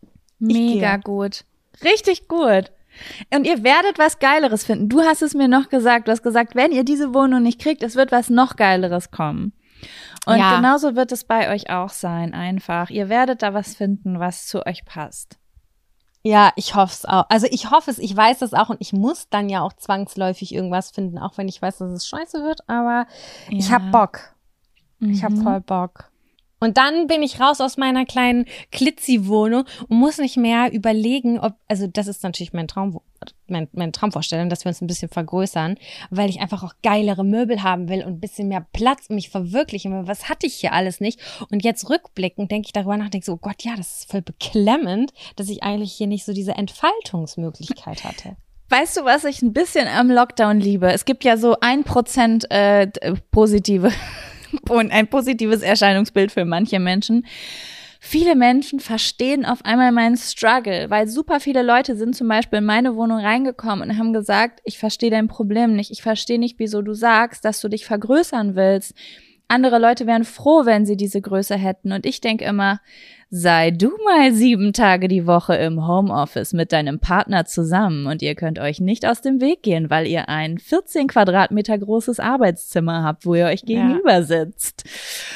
Mega gut. Richtig gut. Und ihr werdet was Geileres finden. Du hast es mir noch gesagt. Du hast gesagt, wenn ihr diese Wohnung nicht kriegt, es wird was noch Geileres kommen. Und genauso wird es bei euch auch sein, einfach. Ihr werdet da was finden, was zu euch passt. Ja, ich hoffe es auch. Also ich hoffe es, ich weiß es auch und ich muss dann ja auch zwangsläufig irgendwas finden, auch wenn ich weiß, dass es scheiße wird, aber ich hab Bock. Ich hab voll Bock. Und dann bin ich raus aus meiner kleinen Klitzi-Wohnung und muss nicht mehr überlegen, also das ist natürlich meine Traumvorstellung, dass wir uns ein bisschen vergrößern, weil ich einfach auch geilere Möbel haben will und ein bisschen mehr Platz und mich verwirklichen will. Was hatte ich hier alles nicht? Und jetzt rückblickend denke ich darüber nach, denke so, oh Gott, ja, das ist voll beklemmend, dass ich eigentlich hier nicht so diese Entfaltungsmöglichkeit hatte. Weißt du, was ich ein bisschen am Lockdown liebe? Es gibt ja so 1% positive und ein positives Erscheinungsbild für manche Menschen. Viele Menschen verstehen auf einmal meinen Struggle, weil super viele Leute sind zum Beispiel in meine Wohnung reingekommen und haben gesagt, ich verstehe dein Problem nicht. Ich verstehe nicht, wieso du sagst, dass du dich vergrößern willst. Andere Leute wären froh, wenn sie diese Größe hätten. Und ich denke immer, sei du mal 7 Tage die Woche im Homeoffice mit deinem Partner zusammen und ihr könnt euch nicht aus dem Weg gehen, weil ihr ein 14 Quadratmeter großes Arbeitszimmer habt, wo ihr euch gegenüber sitzt.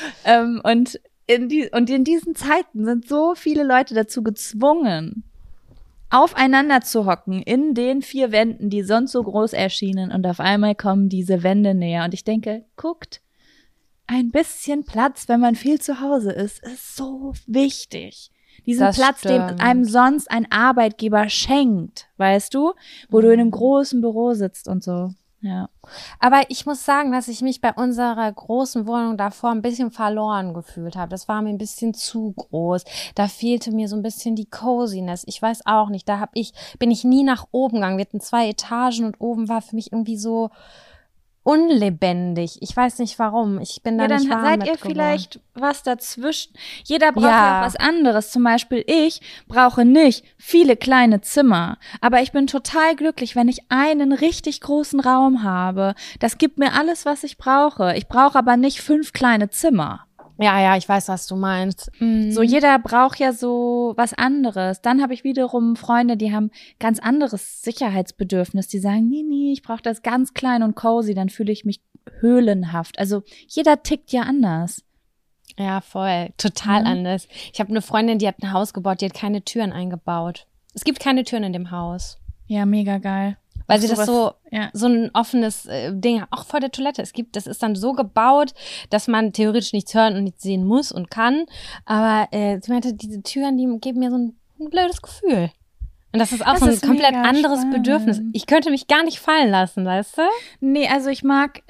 Und in diesen Zeiten sind so viele Leute dazu gezwungen, aufeinander zu hocken in den 4 Wänden, die sonst so groß erschienen. Und auf einmal kommen diese Wände näher. Und ich denke, guckt, ein bisschen Platz, wenn man viel zu Hause ist so wichtig. Diesen Das Platz, stimmt. den einem sonst ein Arbeitgeber schenkt, weißt du? Wo du in einem großen Büro sitzt und so. Ja. Aber ich muss sagen, dass ich mich bei unserer großen Wohnung davor ein bisschen verloren gefühlt habe. Das war mir ein bisschen zu groß. Da fehlte mir so ein bisschen die Coziness. Ich weiß auch nicht. Bin ich nie nach oben gegangen. Wir hatten 2 Etagen und oben war für mich irgendwie so unlebendig. Ich weiß nicht warum. Ich bin da nicht warm seid mit ihr geworden. vielleicht was dazwischen. Jeder braucht ja auch was anderes. Zum Beispiel ich brauche nicht viele kleine Zimmer, aber ich bin total glücklich, wenn ich einen richtig großen Raum habe. Das gibt mir alles, was ich brauche. Ich brauche aber nicht 5 kleine Zimmer. Ja, ich weiß, was du meinst. So, jeder braucht ja so was anderes. Dann habe ich wiederum Freunde, die haben ganz anderes Sicherheitsbedürfnis. Die sagen, nee, ich brauche das ganz klein und cozy, dann fühle ich mich höhlenhaft. Also jeder tickt ja anders. Ja, voll. Total anders. Ich habe eine Freundin, die hat ein Haus gebaut, die hat keine Türen eingebaut. Es gibt keine Türen in dem Haus. Ja, mega geil. Weil sie das so ja. ein offenes Ding, auch vor der Toilette. Das ist dann so gebaut, dass man theoretisch nichts hören und nichts sehen muss und kann. Aber sie meinte, diese Türen, die geben mir so ein blödes Gefühl. Und das ist auch so ein komplett anderes Bedürfnis. Ich könnte mich gar nicht fallen lassen, weißt du? Nee, also ich mag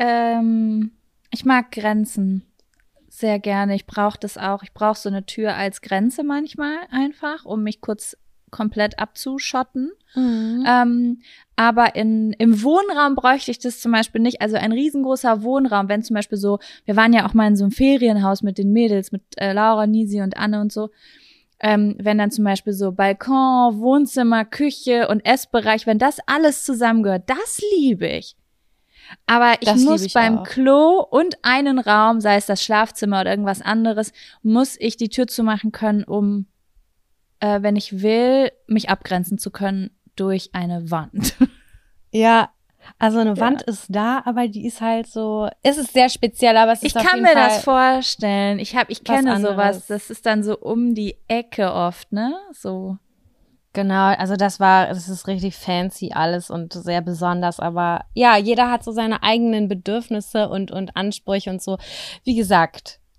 Grenzen sehr gerne. Ich brauche das auch. Ich brauche so eine Tür als Grenze manchmal einfach, um mich kurz komplett abzuschotten. Aber im Wohnraum bräuchte ich das zum Beispiel nicht. Also ein riesengroßer Wohnraum, wenn zum Beispiel so, wir waren ja auch mal in so einem Ferienhaus mit den Mädels, mit Laura, Nisi und Anne und so. Wenn dann zum Beispiel so Balkon, Wohnzimmer, Küche und Essbereich, wenn das alles zusammengehört, das liebe ich. Aber ich muss beim Klo und einen Raum, sei es das Schlafzimmer oder irgendwas anderes, muss ich die Tür zumachen können, um wenn ich will, mich abgrenzen zu können durch eine Wand. Ja, also eine Wand ist da, aber die ist halt so, es ist sehr speziell, aber es ist auf jeden Fall. Ich kann mir das vorstellen. Ich kenne sowas, das ist dann so um die Ecke oft, ne? So. Genau, also das ist richtig fancy alles und sehr besonders, aber ja, jeder hat so seine eigenen Bedürfnisse und Ansprüche und so. Wie gesagt,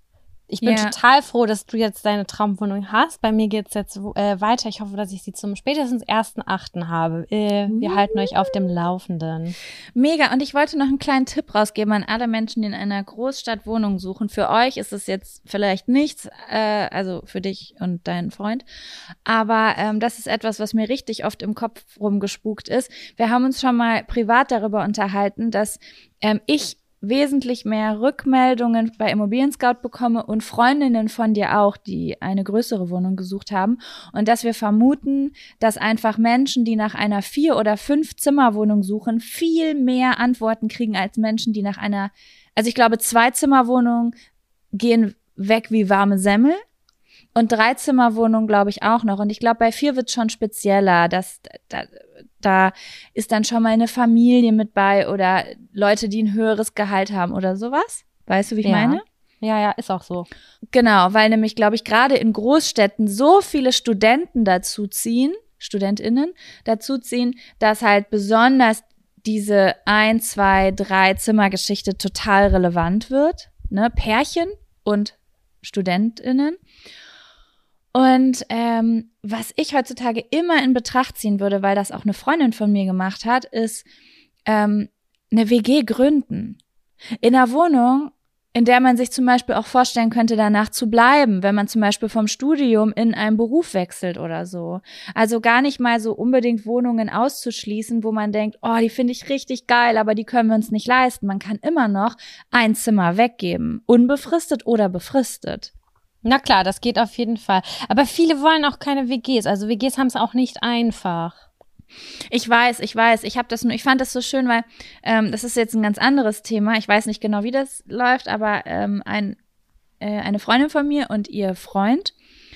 Ich bin Ja. total froh, dass du jetzt deine Traumwohnung hast. Bei mir geht's jetzt weiter. Ich hoffe, dass ich sie zum spätestens 1.8. habe. Wir halten euch auf dem Laufenden. Mega. Und ich wollte noch einen kleinen Tipp rausgeben an alle Menschen, die in einer Großstadt Wohnung suchen. Für euch ist es jetzt vielleicht nichts, also für dich und deinen Freund. Aber das ist etwas, was mir richtig oft im Kopf rumgespukt ist. Wir haben uns schon mal privat darüber unterhalten, dass ich wesentlich mehr Rückmeldungen bei Immobilien Scout bekomme und Freundinnen von dir auch, die eine größere Wohnung gesucht haben. Und dass wir vermuten, dass einfach Menschen, die nach einer 4- oder 5-Zimmer-Wohnung suchen, viel mehr Antworten kriegen als Menschen, die nach einer, also ich glaube, 2-Zimmer-Wohnungen gehen weg wie warme Semmel. Und 3-Zimmer-Wohnungen glaube ich auch noch. Und ich glaube, bei 4 wird es schon spezieller. Da ist dann schon mal eine Familie mit bei oder Leute, die ein höheres Gehalt haben oder sowas. Weißt du, wie ich meine? Ja, ist auch so. Genau, weil nämlich, glaube ich, gerade in Großstädten so viele StudentInnen dazuziehen, dass halt besonders diese 1-, 2-, 3-Zimmer-Geschichte total relevant wird. Ne? Pärchen und StudentInnen. Und was ich heutzutage immer in Betracht ziehen würde, weil das auch eine Freundin von mir gemacht hat, ist eine WG gründen. In einer Wohnung, in der man sich zum Beispiel auch vorstellen könnte, danach zu bleiben, wenn man zum Beispiel vom Studium in einen Beruf wechselt oder so. Also gar nicht mal so unbedingt Wohnungen auszuschließen, wo man denkt, oh, die finde ich richtig geil, aber die können wir uns nicht leisten. Man kann immer noch ein Zimmer weggeben, unbefristet oder befristet. Na klar, das geht auf jeden Fall. Aber viele wollen auch keine WGs. Also WGs haben es auch nicht einfach. Ich weiß. Ich fand das so schön, weil das ist jetzt ein ganz anderes Thema. Ich weiß nicht genau, wie das läuft, aber eine Freundin von mir und ihr Freund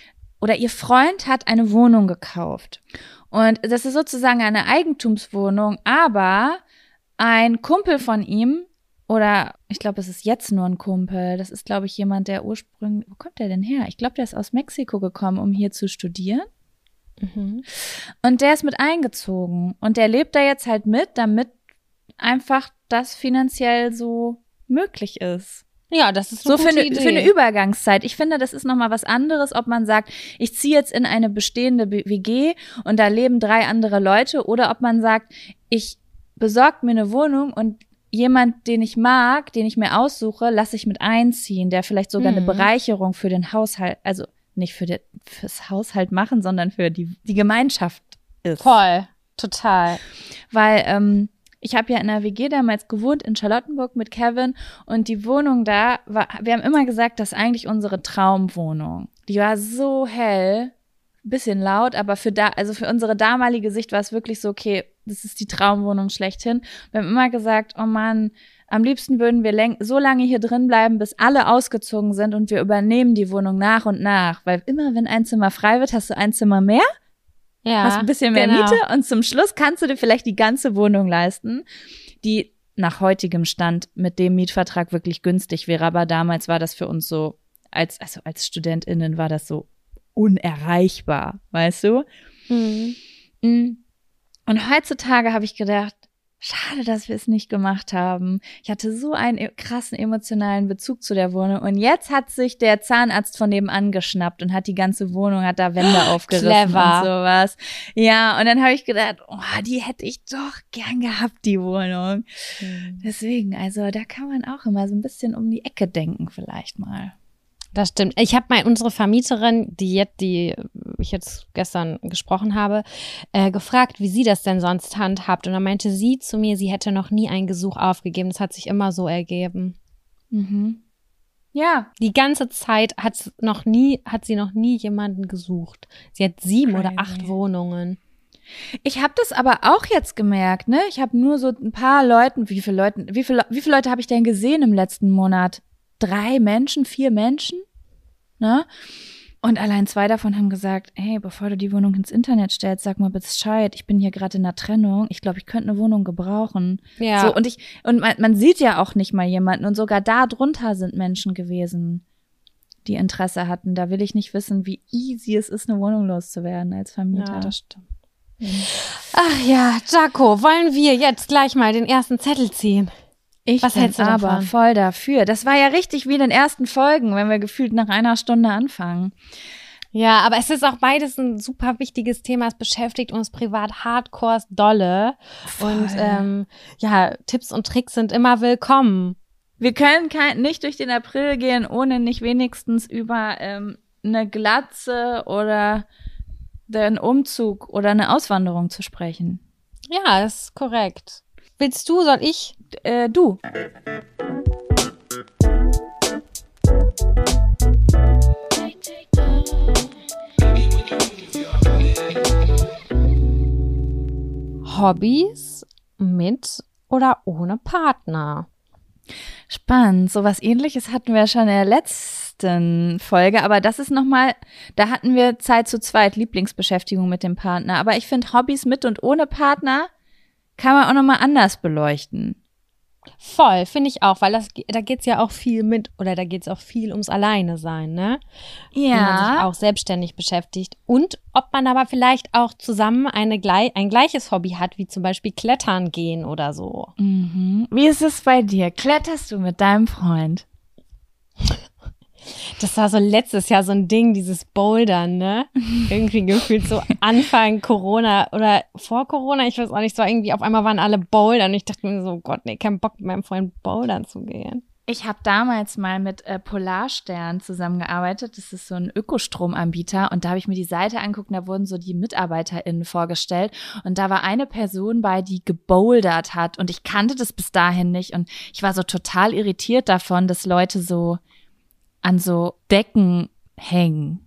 hat eine Wohnung gekauft. Und das ist sozusagen eine Eigentumswohnung, aber ein Kumpel von ihm, oder ich glaube, es ist jetzt nur ein Kumpel. Das ist, glaube ich, jemand, der ursprünglich, wo kommt der denn her? Ich glaube, der ist aus Mexiko gekommen, um hier zu studieren. Mhm. Und der ist mit eingezogen. Und der lebt da jetzt halt mit, damit einfach das finanziell so möglich ist. Ja, das ist eine so gute Idee. Für eine Übergangszeit. Ich finde, das ist nochmal was anderes, ob man sagt, ich ziehe jetzt in eine bestehende WG und da leben 3 andere Leute, oder ob man sagt, ich besorge mir eine Wohnung und jemand, den ich mag, den ich mir aussuche, lasse ich mit einziehen, der vielleicht sogar eine Bereicherung für den Haushalt, also nicht fürs Haushalt machen, sondern für die Gemeinschaft ist. Voll, total. Weil ich habe ja in einer WG damals gewohnt in Charlottenburg mit Kevin und die Wohnung da war, wir haben immer gesagt, das ist eigentlich unsere Traumwohnung. Die war so hell, bisschen laut, aber für unsere damalige Sicht war es wirklich so, okay, das ist die Traumwohnung schlechthin. Wir haben immer gesagt, oh Mann, am liebsten würden wir so lange hier drin bleiben, bis alle ausgezogen sind und wir übernehmen die Wohnung nach und nach. Weil immer, wenn ein Zimmer frei wird, hast du ein Zimmer mehr, hast ein bisschen mehr Miete und zum Schluss kannst du dir vielleicht die ganze Wohnung leisten, die nach heutigem Stand mit dem Mietvertrag wirklich günstig wäre. Aber damals war das für uns so, als StudentInnen war das so unerreichbar, weißt du? Und heutzutage habe ich gedacht, schade, dass wir es nicht gemacht haben. Ich hatte so einen krassen emotionalen Bezug zu der Wohnung und jetzt hat sich der Zahnarzt von nebenan geschnappt und hat die ganze Wohnung, hat da Wände aufgerissen Clever. Und sowas. Ja, und dann habe ich gedacht, oh, die hätte ich doch gern gehabt, die Wohnung. Deswegen, also da kann man auch immer so ein bisschen um die Ecke denken vielleicht mal. Das stimmt. Ich habe mal unsere Vermieterin, die ich jetzt gestern gesprochen habe, gefragt, wie sie das denn sonst handhabt. Und dann meinte sie zu mir, sie hätte noch nie ein Gesuch aufgegeben. Das hat sich immer so ergeben. Mhm. Ja. Die ganze Zeit hat sie noch nie jemanden gesucht. Sie hat 7 oder 8 Wohnungen. Ich habe das aber auch jetzt gemerkt, ne? Ich habe nur so ein paar Leuten, wie viele Leute habe ich denn gesehen im letzten Monat? 3 Menschen, 4 Menschen, ne? Und allein 2 davon haben gesagt, hey, bevor du die Wohnung ins Internet stellst, sag mal Bescheid, ich bin hier gerade in einer Trennung, ich glaube, ich könnte eine Wohnung gebrauchen. Ja. So, und man sieht ja auch nicht mal jemanden und sogar da drunter sind Menschen gewesen, die Interesse hatten. Da will ich nicht wissen, wie easy es ist, eine Wohnung loszuwerden als Vermieter. Ja, das stimmt. Ach ja, Jaco, wollen wir jetzt gleich mal den ersten Zettel ziehen? Was hältst du aber davon? Voll dafür. Das war ja richtig wie in den ersten Folgen, wenn wir gefühlt nach einer Stunde anfangen. Ja, aber es ist auch beides ein super wichtiges Thema. Es beschäftigt uns privat hardcore dolle. Voll. Und Tipps und Tricks sind immer willkommen. Wir können nicht durch den April gehen, ohne nicht wenigstens über eine Glatze oder den Umzug oder eine Auswanderung zu sprechen. Ja, das ist korrekt. Willst du, soll ich? Du. Hobbys mit oder ohne Partner? Spannend. So was Ähnliches hatten wir schon in der letzten Folge, aber das ist nochmal, da hatten wir Zeit zu zweit, Lieblingsbeschäftigung mit dem Partner. Aber ich finde, Hobbys mit und ohne Partner kann man auch nochmal anders beleuchten. Voll, finde ich auch, weil da geht's ja auch viel da geht's auch viel ums Alleine-Sein, ne? Ja. Wie man sich auch selbstständig beschäftigt. Und ob man aber vielleicht auch zusammen ein gleiches Hobby hat, wie zum Beispiel Klettern gehen oder so. Mhm. Wie ist es bei dir? Kletterst du mit deinem Freund? Das war so letztes Jahr so ein Ding, dieses Bouldern, ne? Irgendwie gefühlt so Anfang Corona oder vor Corona, ich weiß auch nicht, so irgendwie auf einmal waren alle Bouldern und ich dachte mir so, Gott, nee, kein Bock mit meinem Freund Bouldern zu gehen. Ich habe damals mal mit Polarstern zusammengearbeitet. Das ist so ein Ökostromanbieter. Und da habe ich mir die Seite angeguckt und da wurden so die MitarbeiterInnen vorgestellt. Und da war eine Person bei, die gebouldert hat. Und ich kannte das bis dahin nicht. Und ich war so total irritiert davon, dass Leute so an so Decken hängen.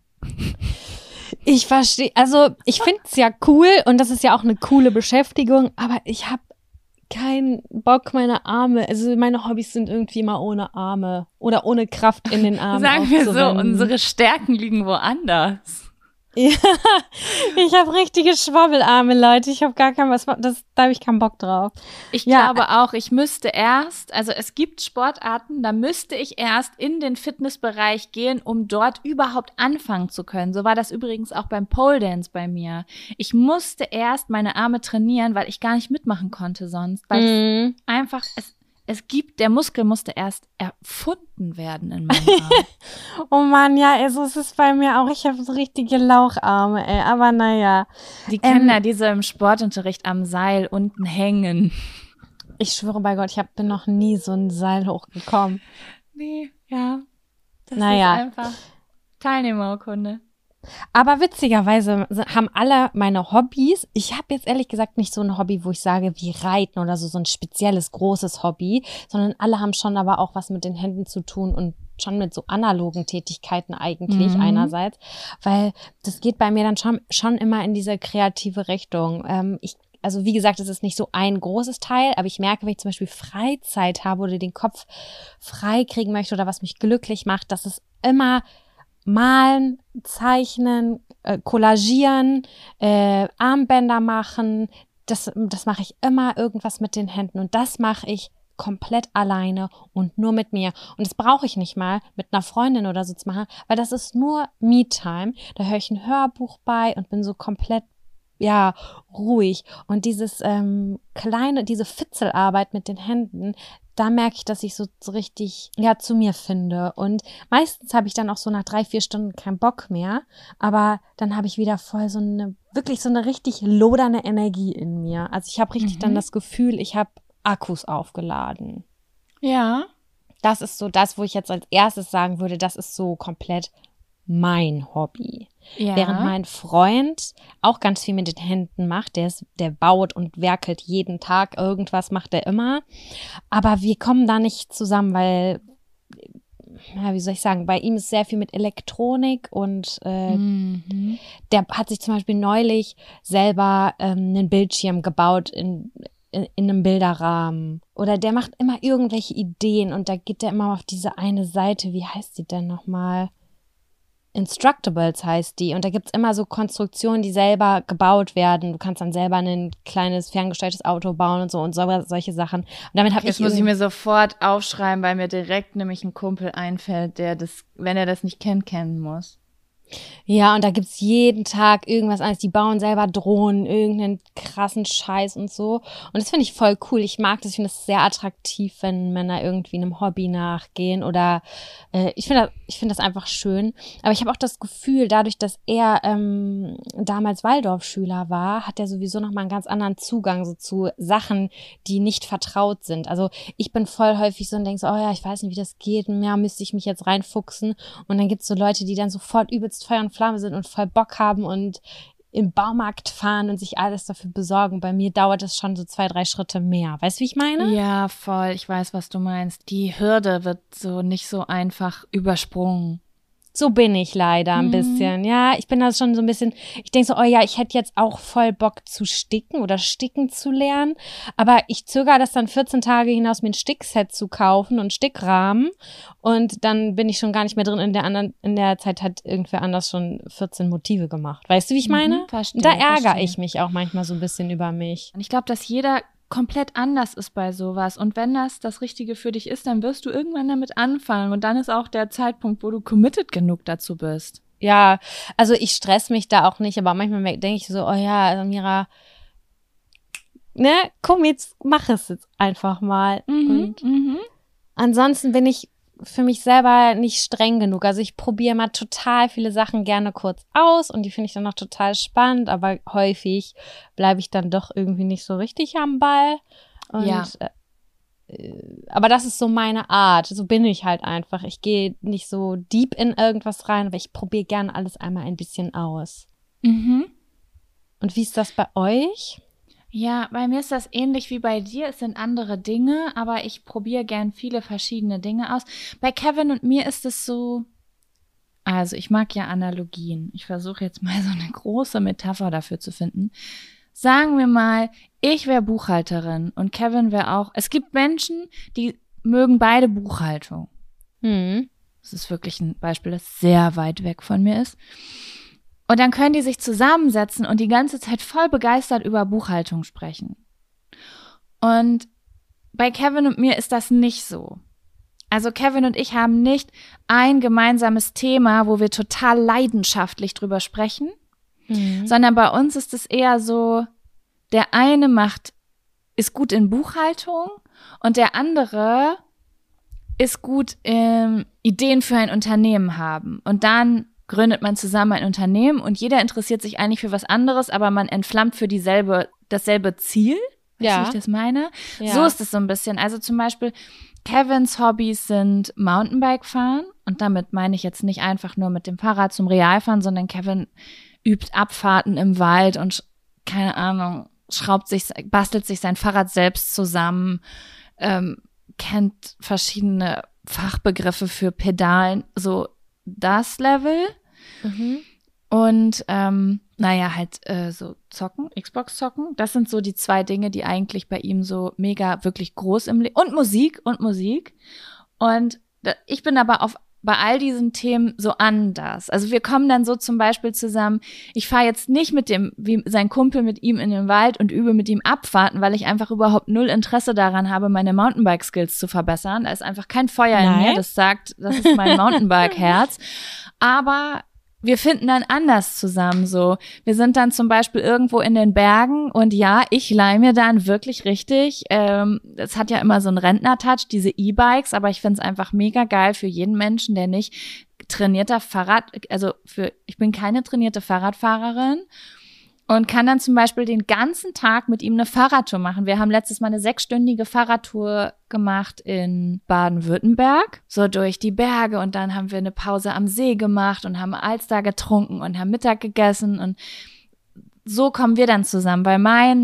Ich verstehe, also ich finde es ja cool und das ist ja auch eine coole Beschäftigung, aber ich habe keinen Bock, meine Arme, also meine Hobbys sind irgendwie immer ohne Arme oder ohne Kraft in den Armen. Sagen wir so, unsere Stärken liegen woanders. Ja, ich habe richtige Schwabbelarme, Leute. Ich habe da habe ich keinen Bock drauf. Ich glaube auch, ich müsste erst, also es gibt Sportarten, da müsste ich erst in den Fitnessbereich gehen, um dort überhaupt anfangen zu können. So war das übrigens auch beim Pole Dance bei mir. Ich musste erst meine Arme trainieren, weil ich gar nicht mitmachen konnte sonst, weil es einfach, der Muskel musste erst erfunden werden in meinem Arm. Oh Mann, ja, also es ist bei mir auch, ich habe so richtige Laucharme, aber naja. Die Kinder, die so im Sportunterricht am Seil unten hängen. Ich schwöre bei Gott, bin noch nie so ein Seil hochgekommen. Nee, ja. Das ist einfach Teilnehmerurkunde. Aber witzigerweise haben alle meine Hobbys, ich habe jetzt ehrlich gesagt nicht so ein Hobby, wo ich sage, wie Reiten oder so ein spezielles, großes Hobby, sondern alle haben schon aber auch was mit den Händen zu tun und schon mit so analogen Tätigkeiten eigentlich einerseits, weil das geht bei mir dann schon immer in diese kreative Richtung. Also wie gesagt, es ist nicht so ein großes Teil, aber ich merke, wenn ich zum Beispiel Freizeit habe oder den Kopf frei kriegen möchte oder was mich glücklich macht, dass es immer Malen, Zeichnen, Collagieren, Armbänder machen, das mache ich immer irgendwas mit den Händen und das mache ich komplett alleine und nur mit mir. Und das brauche ich nicht mal mit einer Freundin oder so zu machen, weil das ist nur Me-Time. Da höre ich ein Hörbuch bei und bin so komplett ruhig. Und diese Fitzelarbeit mit den Händen, da merke ich, dass ich so richtig zu mir finde. Und meistens habe ich dann auch so nach 3-4 Stunden keinen Bock mehr. Aber dann habe ich wieder voll so eine richtig lodernde Energie in mir. Also ich habe richtig dann das Gefühl, ich habe Akkus aufgeladen. Ja. Das ist so das, wo ich jetzt als erstes sagen würde, das ist so komplett mein Hobby. Ja. Während mein Freund auch ganz viel mit den Händen macht, der baut und werkelt jeden Tag, irgendwas macht er immer. Aber wir kommen da nicht zusammen, weil, wie soll ich sagen, bei ihm ist sehr viel mit Elektronik und der hat sich zum Beispiel neulich selber einen Bildschirm gebaut in einem Bilderrahmen. Oder der macht immer irgendwelche Ideen und da geht der immer auf diese eine Seite, wie heißt die denn nochmal? Instructables heißt die. Und da gibt's immer so Konstruktionen, die selber gebaut werden. Du kannst dann selber ein kleines, ferngesteuertes Auto bauen und solche Sachen. Und damit habe ich. Das muss ich mir sofort aufschreiben, weil mir direkt nämlich ein Kumpel einfällt, der das, wenn er das nicht kennt, kennen muss. Ja, und da gibt's jeden Tag irgendwas anderes. Die bauen selber Drohnen, irgendeinen krassen Scheiß und so. Und das finde ich voll cool. Ich mag das, ich finde das sehr attraktiv, wenn Männer irgendwie einem Hobby nachgehen oder ich finde das einfach schön. Aber ich habe auch das Gefühl, dadurch, dass er damals Waldorfschüler war, hat er sowieso nochmal einen ganz anderen Zugang so zu Sachen, die nicht vertraut sind. Also ich bin voll häufig so und denke so, oh ja, ich weiß nicht, wie das geht. Ja, müsste ich mich jetzt reinfuchsen. Und dann gibt's so Leute, die dann sofort übelst Feuer und Flamme sind und voll Bock haben und im Baumarkt fahren und sich alles dafür besorgen. Bei mir dauert es schon so 2, 3 Schritte mehr. Weißt du, wie ich meine? Ja, voll. Ich weiß, was du meinst. Die Hürde wird so nicht so einfach übersprungen. So bin ich leider ein bisschen. Ja, ich bin da schon so ein bisschen, ich denke so, oh ja, ich hätte jetzt auch voll Bock zu sticken oder sticken zu lernen, aber ich zögere das dann 14 Tage hinaus, mir ein Stickset zu kaufen und einen Stickrahmen und dann bin ich schon gar nicht mehr drin. In der Zeit hat irgendwer anders schon 14 Motive gemacht. Weißt du, wie ich meine? Verstehe, Da ärgere verstehe. ich mich auch manchmal so ein bisschen über mich. Und ich glaube, dass jeder komplett anders ist bei sowas. Und wenn das Richtige für dich ist, dann wirst du irgendwann damit anfangen. Und dann ist auch der Zeitpunkt, wo du committed genug dazu bist. Ja, also ich stress mich da auch nicht, aber manchmal denke ich so, oh ja, Mira, ne, komm jetzt, mach es jetzt einfach mal. Und ansonsten bin ich für mich selber nicht streng genug. Also ich probiere mal total viele Sachen gerne kurz aus und die finde ich dann auch total spannend, aber häufig bleibe ich dann doch irgendwie nicht so richtig am Ball. Und, Ja. Aber das ist so meine Art. So bin ich halt einfach. Ich gehe nicht so deep in irgendwas rein, aber ich probiere gerne alles einmal ein bisschen aus. Und wie ist das bei euch? Ja, bei mir ist das ähnlich wie bei dir. Es sind andere Dinge, aber ich probiere gern viele verschiedene Dinge aus. Bei Kevin und mir ist es so, also ich mag ja Analogien. Ich versuche jetzt mal so eine große Metapher dafür zu finden. Sagen wir mal, ich wäre Buchhalterin und Kevin wäre auch. Es gibt Menschen, die mögen beide Buchhaltung. Das ist wirklich ein Beispiel, das sehr weit weg von mir ist. Und dann können die sich zusammensetzen und die ganze Zeit voll begeistert über Buchhaltung sprechen. Und bei Kevin und mir ist das nicht so. Also Kevin und ich haben nicht ein gemeinsames Thema, wo wir total leidenschaftlich drüber sprechen, sondern bei uns ist es eher so, der eine ist gut in Buchhaltung und der andere ist gut im Ideen für ein Unternehmen haben. Und dann gründet man zusammen ein Unternehmen und jeder interessiert sich eigentlich für was anderes, aber man entflammt für dasselbe Ziel. Weißt du, wie ich das meine? Ja. So ist es so ein bisschen. Also zum Beispiel, Kevins Hobbys sind Mountainbike fahren und damit meine ich jetzt nicht einfach nur mit dem Fahrrad zum Realfahren, sondern Kevin übt Abfahrten im Wald und keine Ahnung, bastelt sich sein Fahrrad selbst zusammen, kennt verschiedene Fachbegriffe für Pedalen, so das Level. Und so zocken, Xbox zocken. Das sind so die 2 Dinge, die eigentlich bei ihm so mega wirklich groß im Leben. Und Musik. Und ich bin aber bei all diesen Themen so anders. Also wir kommen dann so zum Beispiel zusammen, ich fahre jetzt nicht wie sein Kumpel mit ihm in den Wald und übe mit ihm Abfahrten, weil ich einfach überhaupt 0 Interesse daran habe, meine Mountainbike-Skills zu verbessern. Da ist einfach kein Feuer in mir, das sagt, das ist mein Mountainbike-Herz. Aber wir finden dann anders zusammen so. Wir sind dann zum Beispiel irgendwo in den Bergen und ja, ich leih mir dann wirklich richtig, es hat ja immer so einen Rentner-Touch, diese E-Bikes, aber ich find's einfach mega geil für jeden Menschen, der nicht trainierter ich bin keine trainierte Fahrradfahrerin und kann dann zum Beispiel den ganzen Tag mit ihm eine Fahrradtour machen. Wir haben letztes Mal eine 6-stündige Fahrradtour gemacht in Baden-Württemberg, so durch die Berge und dann haben wir eine Pause am See gemacht und haben Alster getrunken und haben Mittag gegessen und so kommen wir dann zusammen, weil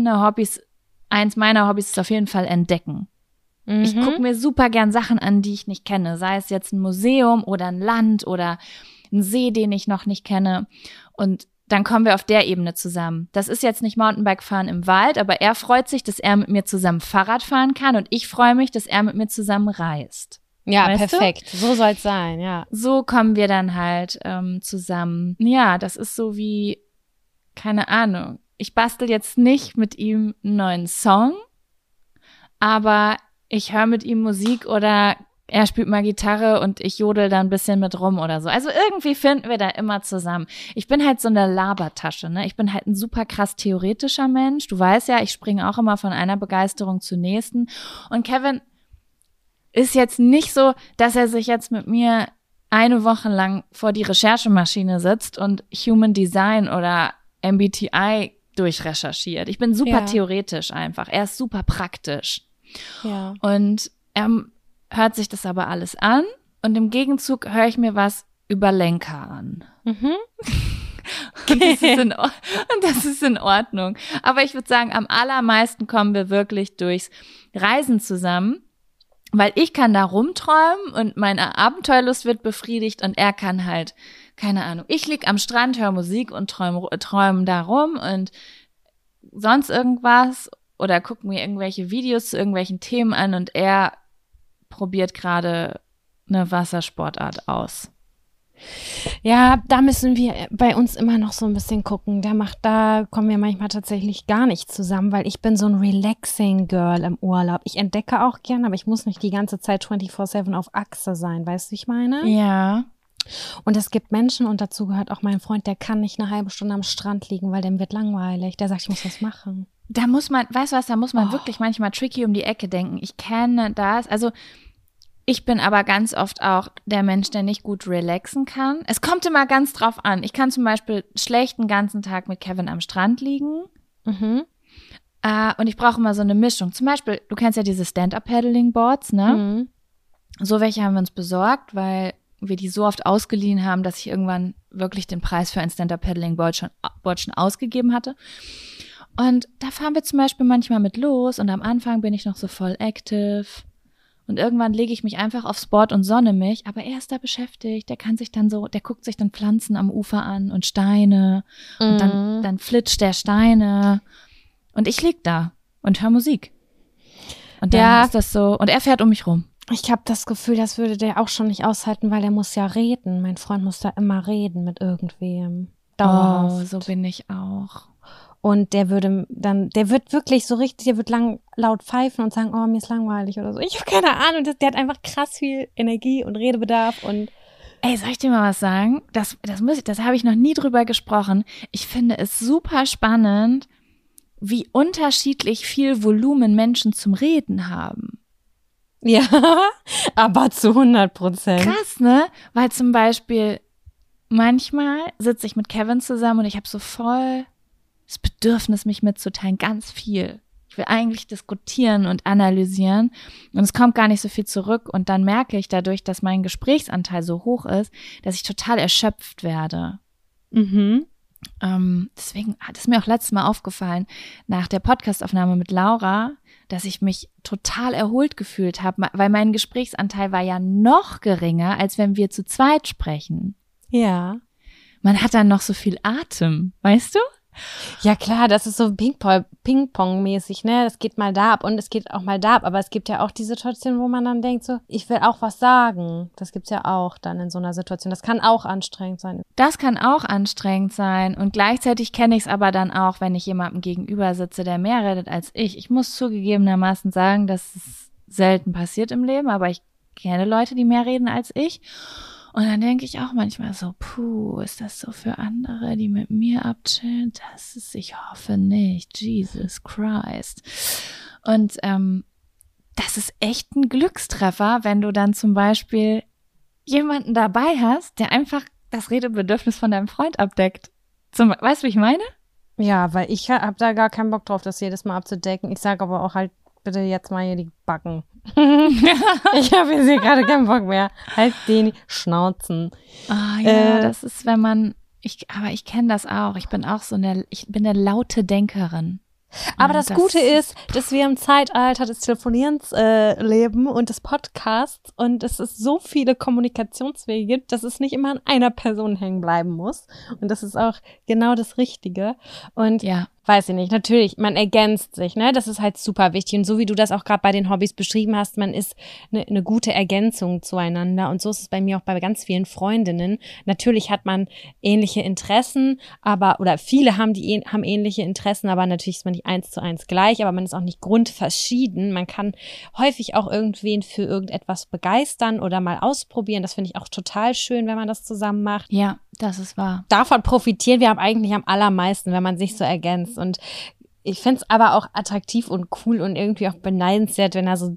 eins meiner Hobbys ist auf jeden Fall Entdecken. Ich gucke mir super gern Sachen an, die ich nicht kenne, sei es jetzt ein Museum oder ein Land oder ein See, den ich noch nicht kenne und dann kommen wir auf der Ebene zusammen. Das ist jetzt nicht Mountainbike-Fahren im Wald, aber er freut sich, dass er mit mir zusammen Fahrrad fahren kann und ich freue mich, dass er mit mir zusammen reist. Ja, weißt perfekt. Du? So soll's sein, ja. So kommen wir dann halt zusammen. Ja, das ist so wie, keine Ahnung, ich bastel jetzt nicht mit ihm einen neuen Song, aber ich höre mit ihm Musik oder er spielt mal Gitarre und ich jodel da ein bisschen mit rum oder so. Also irgendwie finden wir da immer zusammen. Ich bin halt so eine Labertasche, ne? Ich bin halt ein super krass theoretischer Mensch. Du weißt ja, ich springe auch immer von einer Begeisterung zur nächsten. Und Kevin ist jetzt nicht so, dass er sich jetzt mit mir eine Woche lang vor die Recherchemaschine sitzt und Human Design oder MBTI durchrecherchiert. Ich bin super theoretisch einfach. Er ist super praktisch. Ja. Und er hört sich das aber alles an und im Gegenzug höre ich mir was über Lenker an. Mhm. Und das ist in Ordnung. Aber ich würde sagen, am allermeisten kommen wir wirklich durchs Reisen zusammen, weil ich kann da rumträumen und meine Abenteuerlust wird befriedigt und er kann halt, keine Ahnung, ich lieg am Strand, höre Musik und träume da rum und sonst irgendwas oder gucke mir irgendwelche Videos zu irgendwelchen Themen an und er probiert gerade eine Wassersportart aus. Ja, da müssen wir bei uns immer noch so ein bisschen gucken. Da kommen wir manchmal tatsächlich gar nicht zusammen, weil ich bin so ein Relaxing Girl im Urlaub. Ich entdecke auch gern, aber ich muss nicht die ganze Zeit 24/7 auf Achse sein, weißt du, wie ich meine? Ja. Und es gibt Menschen, und dazu gehört auch mein Freund, der kann nicht eine halbe Stunde am Strand liegen, weil dem wird langweilig. Der sagt, ich muss was machen. Da muss man, weißt du was, da muss man wirklich manchmal tricky um die Ecke denken. Ich kenne das, also ich bin aber ganz oft auch der Mensch, der nicht gut relaxen kann. Es kommt immer ganz drauf an. Ich kann zum Beispiel schlecht den ganzen Tag mit Kevin am Strand liegen. Mhm. Und ich brauche immer so eine Mischung. Zum Beispiel, du kennst ja diese Stand-Up-Paddling-Boards, ne? Mhm. So welche haben wir uns besorgt, weil wir die so oft ausgeliehen haben, dass ich irgendwann wirklich den Preis für ein Stand-Up-Paddling-Board schon ausgegeben hatte. Und da fahren wir zum Beispiel manchmal mit los und am Anfang bin ich noch so voll active. Und irgendwann lege ich mich einfach aufs Board und sonne mich, aber er ist da beschäftigt, der guckt sich dann Pflanzen am Ufer an und Steine und dann flitscht der Steine und ich lieg da und höre Musik. Und dann ist das so, und er fährt um mich rum. Ich habe das Gefühl, das würde der auch schon nicht aushalten, weil der muss ja reden. Mein Freund muss da immer reden mit irgendwem. Dauerhaft. Oh, so bin ich auch. Und der wird wirklich so richtig, der wird laut pfeifen und sagen, oh, mir ist langweilig oder so. Ich habe keine Ahnung, der hat einfach krass viel Energie und Redebedarf und ey, soll ich dir mal was sagen? Das habe ich noch nie drüber gesprochen. Ich finde es super spannend, wie unterschiedlich viel Volumen Menschen zum Reden haben. ja, aber zu 100%. Krass, ne? Weil zum Beispiel manchmal sitze ich mit Kevin zusammen und ich habe so voll das Bedürfnis, mich mitzuteilen, ganz viel. Ich will eigentlich diskutieren und analysieren und es kommt gar nicht so viel zurück und dann merke ich dadurch, dass mein Gesprächsanteil so hoch ist, dass ich total erschöpft werde. Mhm. Deswegen hat es mir auch letztes Mal aufgefallen, nach der Podcastaufnahme mit Laura, dass ich mich total erholt gefühlt habe, weil mein Gesprächsanteil war ja noch geringer, als wenn wir zu zweit sprechen. Ja. Man hat dann noch so viel Atem, weißt du? Ja klar, das ist so Ping-Pong-mäßig, ne? Das geht mal da ab und es geht auch mal da ab, aber es gibt ja auch die Situation, wo man dann denkt so, ich will auch was sagen. Das gibt's ja auch dann in so einer Situation. Das kann auch anstrengend sein. Das kann auch anstrengend sein und gleichzeitig kenne ich es aber dann auch, wenn ich jemandem gegenüber sitze, der mehr redet als ich. Ich muss zugegebenermaßen sagen, dass es selten passiert im Leben, aber ich kenne Leute, die mehr reden als ich. Und dann denke ich auch manchmal so, ist das so für andere, die mit mir abchillen? Ich hoffe nicht, Jesus Christ. Und das ist echt ein Glückstreffer, wenn du dann zum Beispiel jemanden dabei hast, der einfach das Redebedürfnis von deinem Freund abdeckt. Weißt du, wie ich meine? Ja, weil ich habe da gar keinen Bock drauf, das jedes Mal abzudecken. Ich sage aber auch halt, bitte jetzt mal hier die Backen. Ich habe jetzt hier gerade keinen Bock mehr. Halt den Schnauzen. Ah ja, das ist, wenn man, aber ich kenne das auch. Ich bin auch ich bin eine laute Denkerin. Aber das Gute ist, dass wir im Zeitalter des Telefonierens leben und des Podcasts und dass es so viele Kommunikationswege gibt, dass es nicht immer an einer Person hängen bleiben muss. Und das ist auch genau das Richtige. Und ja. weiß ich nicht, natürlich, man ergänzt sich, ne? Das ist halt super wichtig. Und so wie du das auch gerade bei den Hobbys beschrieben hast, man ist eine gute Ergänzung zueinander. Und so ist es bei mir auch bei ganz vielen Freundinnen. Natürlich hat man ähnliche Interessen, oder viele haben ähnliche Interessen, aber natürlich ist man nicht 1:1 gleich, aber man ist auch nicht grundverschieden. Man kann häufig auch irgendwen für irgendetwas begeistern oder mal ausprobieren. Das finde ich auch total schön, wenn man das zusammen macht. Ja, das ist wahr. Davon profitieren wir eigentlich am allermeisten, wenn man sich so ergänzt. Und ich finde es aber auch attraktiv und cool und irgendwie auch beneidenswert, wenn da so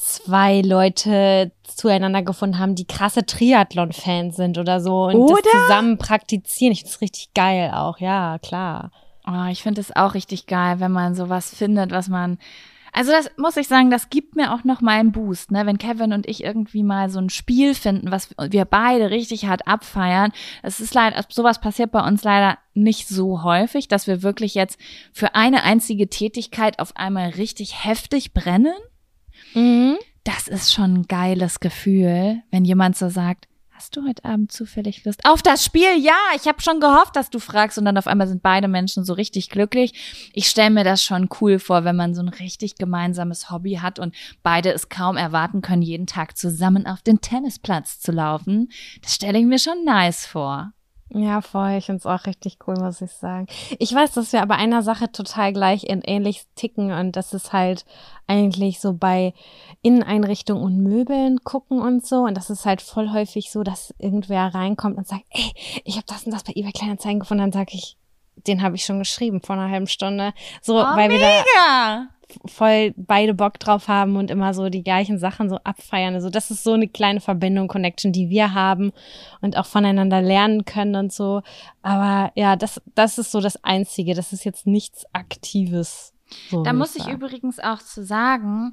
2 Leute zueinander gefunden haben, die krasse Triathlon-Fans sind oder so und das zusammen praktizieren. Ich finde es richtig geil auch, ja, klar. Oh, ich finde es auch richtig geil, wenn man sowas findet, was man... Also das muss ich sagen, das gibt mir auch noch mal einen Boost, ne? Wenn Kevin und ich irgendwie mal so ein Spiel finden, was wir beide richtig hart abfeiern. Es ist leider, sowas passiert bei uns leider nicht so häufig, dass wir wirklich jetzt für eine einzige Tätigkeit auf einmal richtig heftig brennen. Mhm. Das ist schon ein geiles Gefühl, wenn jemand so sagt, hast du heute Abend zufällig Lust auf das Spiel? Ja, ich habe schon gehofft, dass du fragst und dann auf einmal sind beide Menschen so richtig glücklich. Ich stelle mir das schon cool vor, wenn man so ein richtig gemeinsames Hobby hat und beide es kaum erwarten können, jeden Tag zusammen auf den Tennisplatz zu laufen. Das stelle ich mir schon nice vor. Ja, voll. Ich finde es auch richtig cool, muss ich sagen. Ich weiß, dass wir aber einer Sache total gleich ähnlich ticken und das ist halt eigentlich so bei Inneneinrichtungen und Möbeln gucken und so. Und das ist halt voll häufig so, dass irgendwer reinkommt und sagt, ey, ich habe das und das bei eBay Kleinanzeigen gefunden. Dann sage ich, den habe ich schon geschrieben vor einer halben Stunde. So, weil wir da voll beide Bock drauf haben und immer so die gleichen Sachen so abfeiern. Also das ist so eine kleine Verbindung, Connection, die wir haben und auch voneinander lernen können und so. Aber ja, das ist so das Einzige. Das ist jetzt nichts Aktives. So da muss ich übrigens auch zu sagen,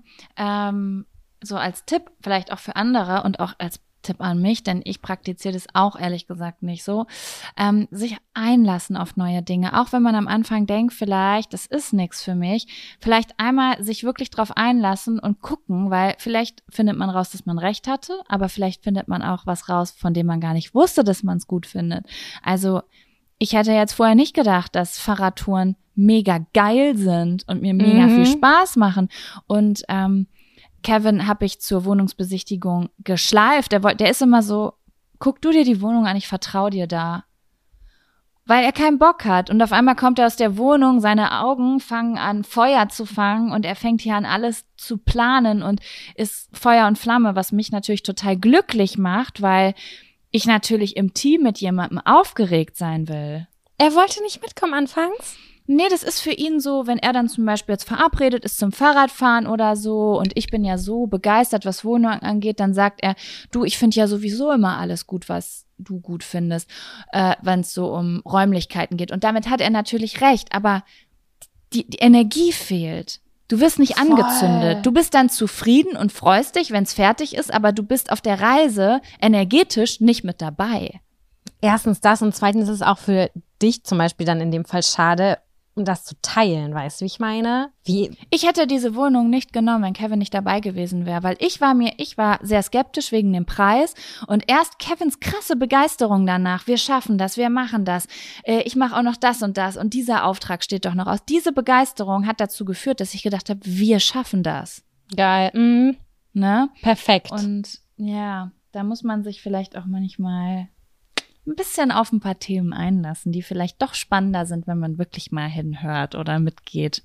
so als Tipp, vielleicht auch für andere und auch als Tipp an mich, denn ich praktiziere das auch ehrlich gesagt nicht so, sich einlassen auf neue Dinge, auch wenn man am Anfang denkt, vielleicht, das ist nichts für mich, vielleicht einmal sich wirklich drauf einlassen und gucken, weil vielleicht findet man raus, dass man recht hatte, aber vielleicht findet man auch was raus, von dem man gar nicht wusste, dass man es gut findet. Also ich hätte jetzt vorher nicht gedacht, dass Fahrradtouren mega geil sind und mir mega viel Spaß machen und Kevin habe ich zur Wohnungsbesichtigung geschleift. Der ist immer so, guck du dir die Wohnung an, ich vertraue dir da. Weil er keinen Bock hat. Und auf einmal kommt er aus der Wohnung, seine Augen fangen an, Feuer zu fangen und er fängt hier an, alles zu planen und ist Feuer und Flamme, was mich natürlich total glücklich macht, weil ich natürlich im Team mit jemandem aufgeregt sein will. Er wollte nicht mitkommen anfangs? Nee, das ist für ihn so, wenn er dann zum Beispiel jetzt verabredet ist zum Fahrradfahren oder so und ich bin ja so begeistert, was Wohnung angeht, dann sagt er, du, ich finde ja sowieso immer alles gut, was du gut findest, wenn es so um Räumlichkeiten geht. Und damit hat er natürlich recht, aber die Energie fehlt. Du wirst nicht angezündet. Du bist dann zufrieden und freust dich, wenn es fertig ist, aber du bist auf der Reise energetisch nicht mit dabei. Erstens das und zweitens ist es auch für dich zum Beispiel dann in dem Fall schade, um das zu teilen, weißt du, wie ich meine? Ich hätte diese Wohnung nicht genommen, wenn Kevin nicht dabei gewesen wäre, weil ich war sehr skeptisch wegen dem Preis und erst Kevins krasse Begeisterung danach, wir schaffen das, wir machen das, ich mache auch noch das und dieser Auftrag steht doch noch aus. Diese Begeisterung hat dazu geführt, dass ich gedacht habe, wir schaffen das. Geil. Ne? Perfekt. Und ja, da muss man sich vielleicht auch manchmal ein bisschen auf ein paar Themen einlassen, die vielleicht doch spannender sind, wenn man wirklich mal hinhört oder mitgeht.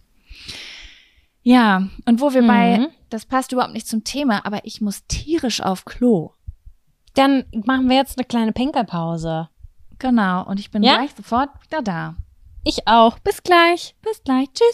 Ja, und wo wir das passt überhaupt nicht zum Thema, aber ich muss tierisch auf Klo. Dann machen wir jetzt eine kleine Pinkelpause. Genau, und ich bin gleich sofort wieder da. Ich auch. Bis gleich. Bis gleich. Tschüss.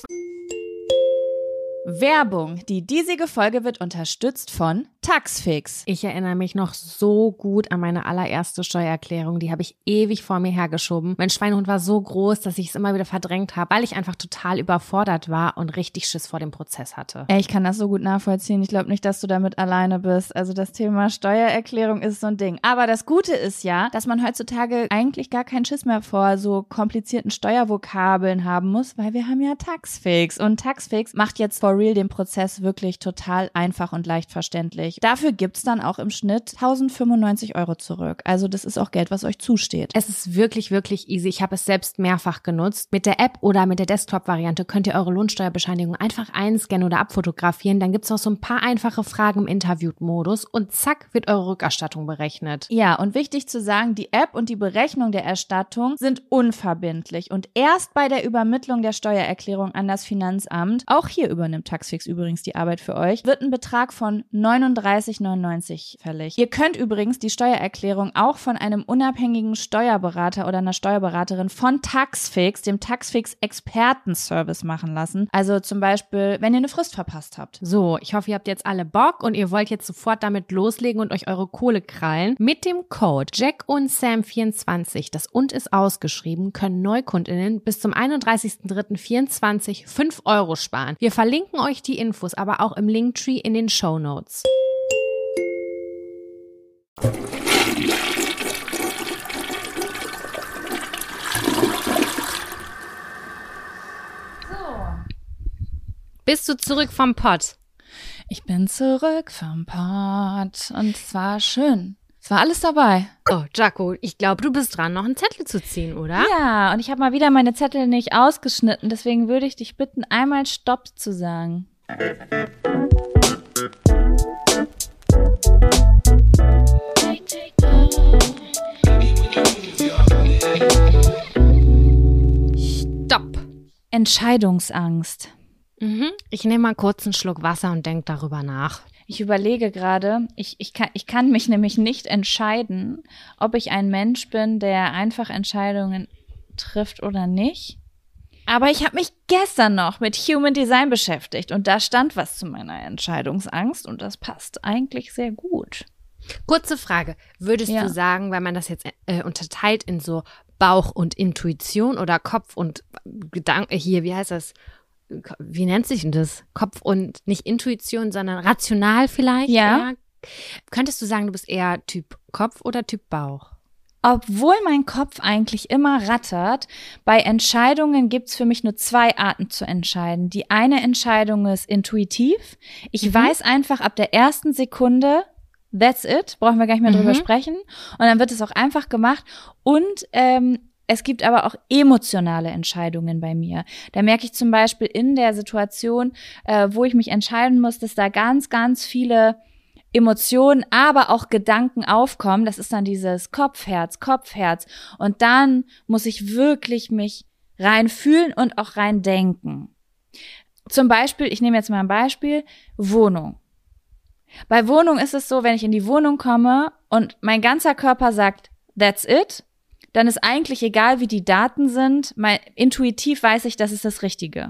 Werbung. Die diesige Folge wird unterstützt von Taxfix. Ich erinnere mich noch so gut an meine allererste Steuererklärung. Die habe ich ewig vor mir hergeschoben. Mein Schweinehund war so groß, dass ich es immer wieder verdrängt habe, weil ich einfach total überfordert war und richtig Schiss vor dem Prozess hatte. Ich kann das so gut nachvollziehen. Ich glaube nicht, dass du damit alleine bist. Also das Thema Steuererklärung ist so ein Ding. Aber das Gute ist ja, dass man heutzutage eigentlich gar keinen Schiss mehr vor so komplizierten Steuervokabeln haben muss, weil wir haben ja Taxfix. Und Taxfix macht jetzt for for real den Prozess wirklich total einfach und leicht verständlich. Dafür gibt's dann auch im Schnitt 1.095 € zurück. Also das ist auch Geld, was euch zusteht. Es ist wirklich, wirklich easy. Ich habe es selbst mehrfach genutzt. Mit der App oder mit der Desktop-Variante könnt ihr eure Lohnsteuerbescheinigung einfach einscannen oder abfotografieren. Dann gibt's noch so ein paar einfache Fragen im Interview-Modus und zack, wird eure Rückerstattung berechnet. Ja, und wichtig zu sagen, die App und die Berechnung der Erstattung sind unverbindlich und erst bei der Übermittlung der Steuererklärung an das Finanzamt, auch hier übernimmt Taxfix übrigens die Arbeit für euch, wird ein Betrag von 39,99 € fällig. Ihr könnt übrigens die Steuererklärung auch von einem unabhängigen Steuerberater oder einer Steuerberaterin von Taxfix, dem Taxfix Expertenservice machen lassen. Also zum Beispiel, wenn ihr eine Frist verpasst habt. So, ich hoffe, ihr habt jetzt alle Bock und ihr wollt jetzt sofort damit loslegen und euch eure Kohle krallen. Mit dem Code Jack und Sam 24, das und ist ausgeschrieben, können NeukundInnen bis zum 31.03.24 5 € sparen. Wir verlinken euch die Infos aber auch im Linktree in den Shownotes. Bist du zurück vom Pott? Ich bin zurück vom Pott und es war schön. Es war alles dabei. Oh, Jaco, ich glaube, du bist dran, noch einen Zettel zu ziehen, oder? Ja, und ich habe mal wieder meine Zettel nicht ausgeschnitten. Deswegen würde ich dich bitten, einmal Stopp zu sagen. Stopp. Entscheidungsangst. Ich nehme mal kurz einen Schluck Wasser und denke darüber nach. Ich überlege gerade, ich kann mich nämlich nicht entscheiden, ob ich ein Mensch bin, der einfach Entscheidungen trifft oder nicht. Aber ich habe mich gestern noch mit Human Design beschäftigt und da stand was zu meiner Entscheidungsangst und das passt eigentlich sehr gut. Kurze Frage, würdest du sagen, weil man das jetzt unterteilt in so Bauch und Intuition oder Kopf und Gedanke, hier, wie heißt das? Wie nennt sich denn das? Kopf und nicht Intuition, sondern rational vielleicht? Ja. Eher? Könntest du sagen, du bist eher Typ Kopf oder Typ Bauch? Obwohl mein Kopf eigentlich immer rattert, bei Entscheidungen gibt's für mich nur 2 Arten zu entscheiden. Die eine Entscheidung ist intuitiv. Ich weiß einfach ab der ersten Sekunde, that's it, brauchen wir gar nicht mehr drüber sprechen. Und dann wird es auch einfach gemacht. Und es gibt aber auch emotionale Entscheidungen bei mir. Da merke ich zum Beispiel in der Situation, wo ich mich entscheiden muss, dass da ganz, ganz viele Emotionen, aber auch Gedanken aufkommen. Das ist dann dieses Kopf-Herz. Und dann muss ich wirklich mich rein fühlen und auch rein denken. Zum Beispiel, ich nehme jetzt mal ein Beispiel, Wohnung. Bei Wohnung ist es so, wenn ich in die Wohnung komme und mein ganzer Körper sagt, that's it, dann ist eigentlich egal, wie die Daten sind. Intuitiv weiß ich, das ist das Richtige.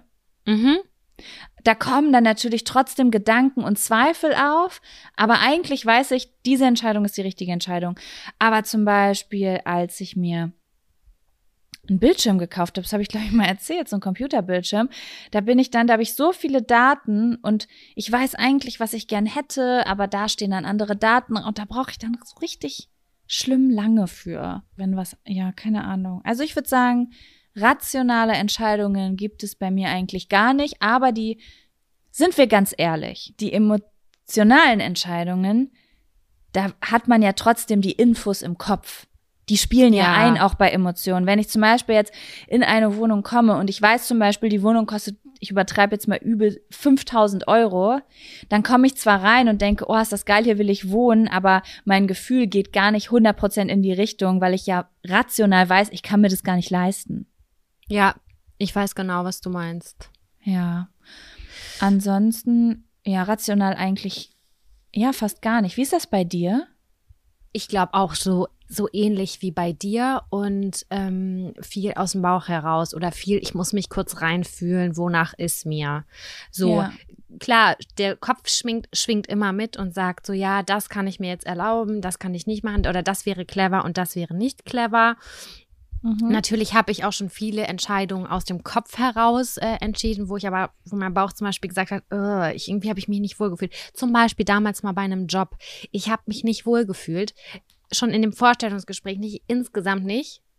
Da kommen dann natürlich trotzdem Gedanken und Zweifel auf, aber eigentlich weiß ich, diese Entscheidung ist die richtige Entscheidung. Aber zum Beispiel, als ich mir einen Bildschirm gekauft habe, das habe ich, glaube ich, mal erzählt, so ein Computerbildschirm, da habe ich so viele Daten und ich weiß eigentlich, was ich gern hätte, aber da stehen dann andere Daten und da brauche ich dann so richtig schlimm lange für, keine Ahnung. Also ich würde sagen, rationale Entscheidungen gibt es bei mir eigentlich gar nicht, aber sind wir ganz ehrlich, die emotionalen Entscheidungen, da hat man ja trotzdem die Infos im Kopf. Die spielen ja ein, auch bei Emotionen. Wenn ich zum Beispiel jetzt in eine Wohnung komme und ich weiß zum Beispiel, die Wohnung kostet, ich übertreibe jetzt mal übel, 5.000 €, dann komme ich zwar rein und denke, oh, ist das geil, hier will ich wohnen, aber mein Gefühl geht gar nicht 100% in die Richtung, weil ich ja rational weiß, ich kann mir das gar nicht leisten. Ja, ich weiß genau, was du meinst. Ja, ansonsten, rational eigentlich, fast gar nicht. Wie ist das bei dir? Ich glaube auch so ähnlich wie bei dir und viel aus dem Bauch heraus oder viel, ich muss mich kurz reinfühlen, wonach ist mir. So, klar, der Kopf schwingt immer mit und sagt so, ja, das kann ich mir jetzt erlauben, das kann ich nicht machen oder das wäre clever und das wäre nicht clever. Natürlich habe ich auch schon viele Entscheidungen aus dem Kopf heraus entschieden, wo mein Bauch zum Beispiel gesagt hat, irgendwie habe ich mich nicht wohlgefühlt. Zum Beispiel damals mal bei einem Job. Ich habe mich nicht wohlgefühlt. Schon in dem Vorstellungsgespräch nicht, insgesamt nicht.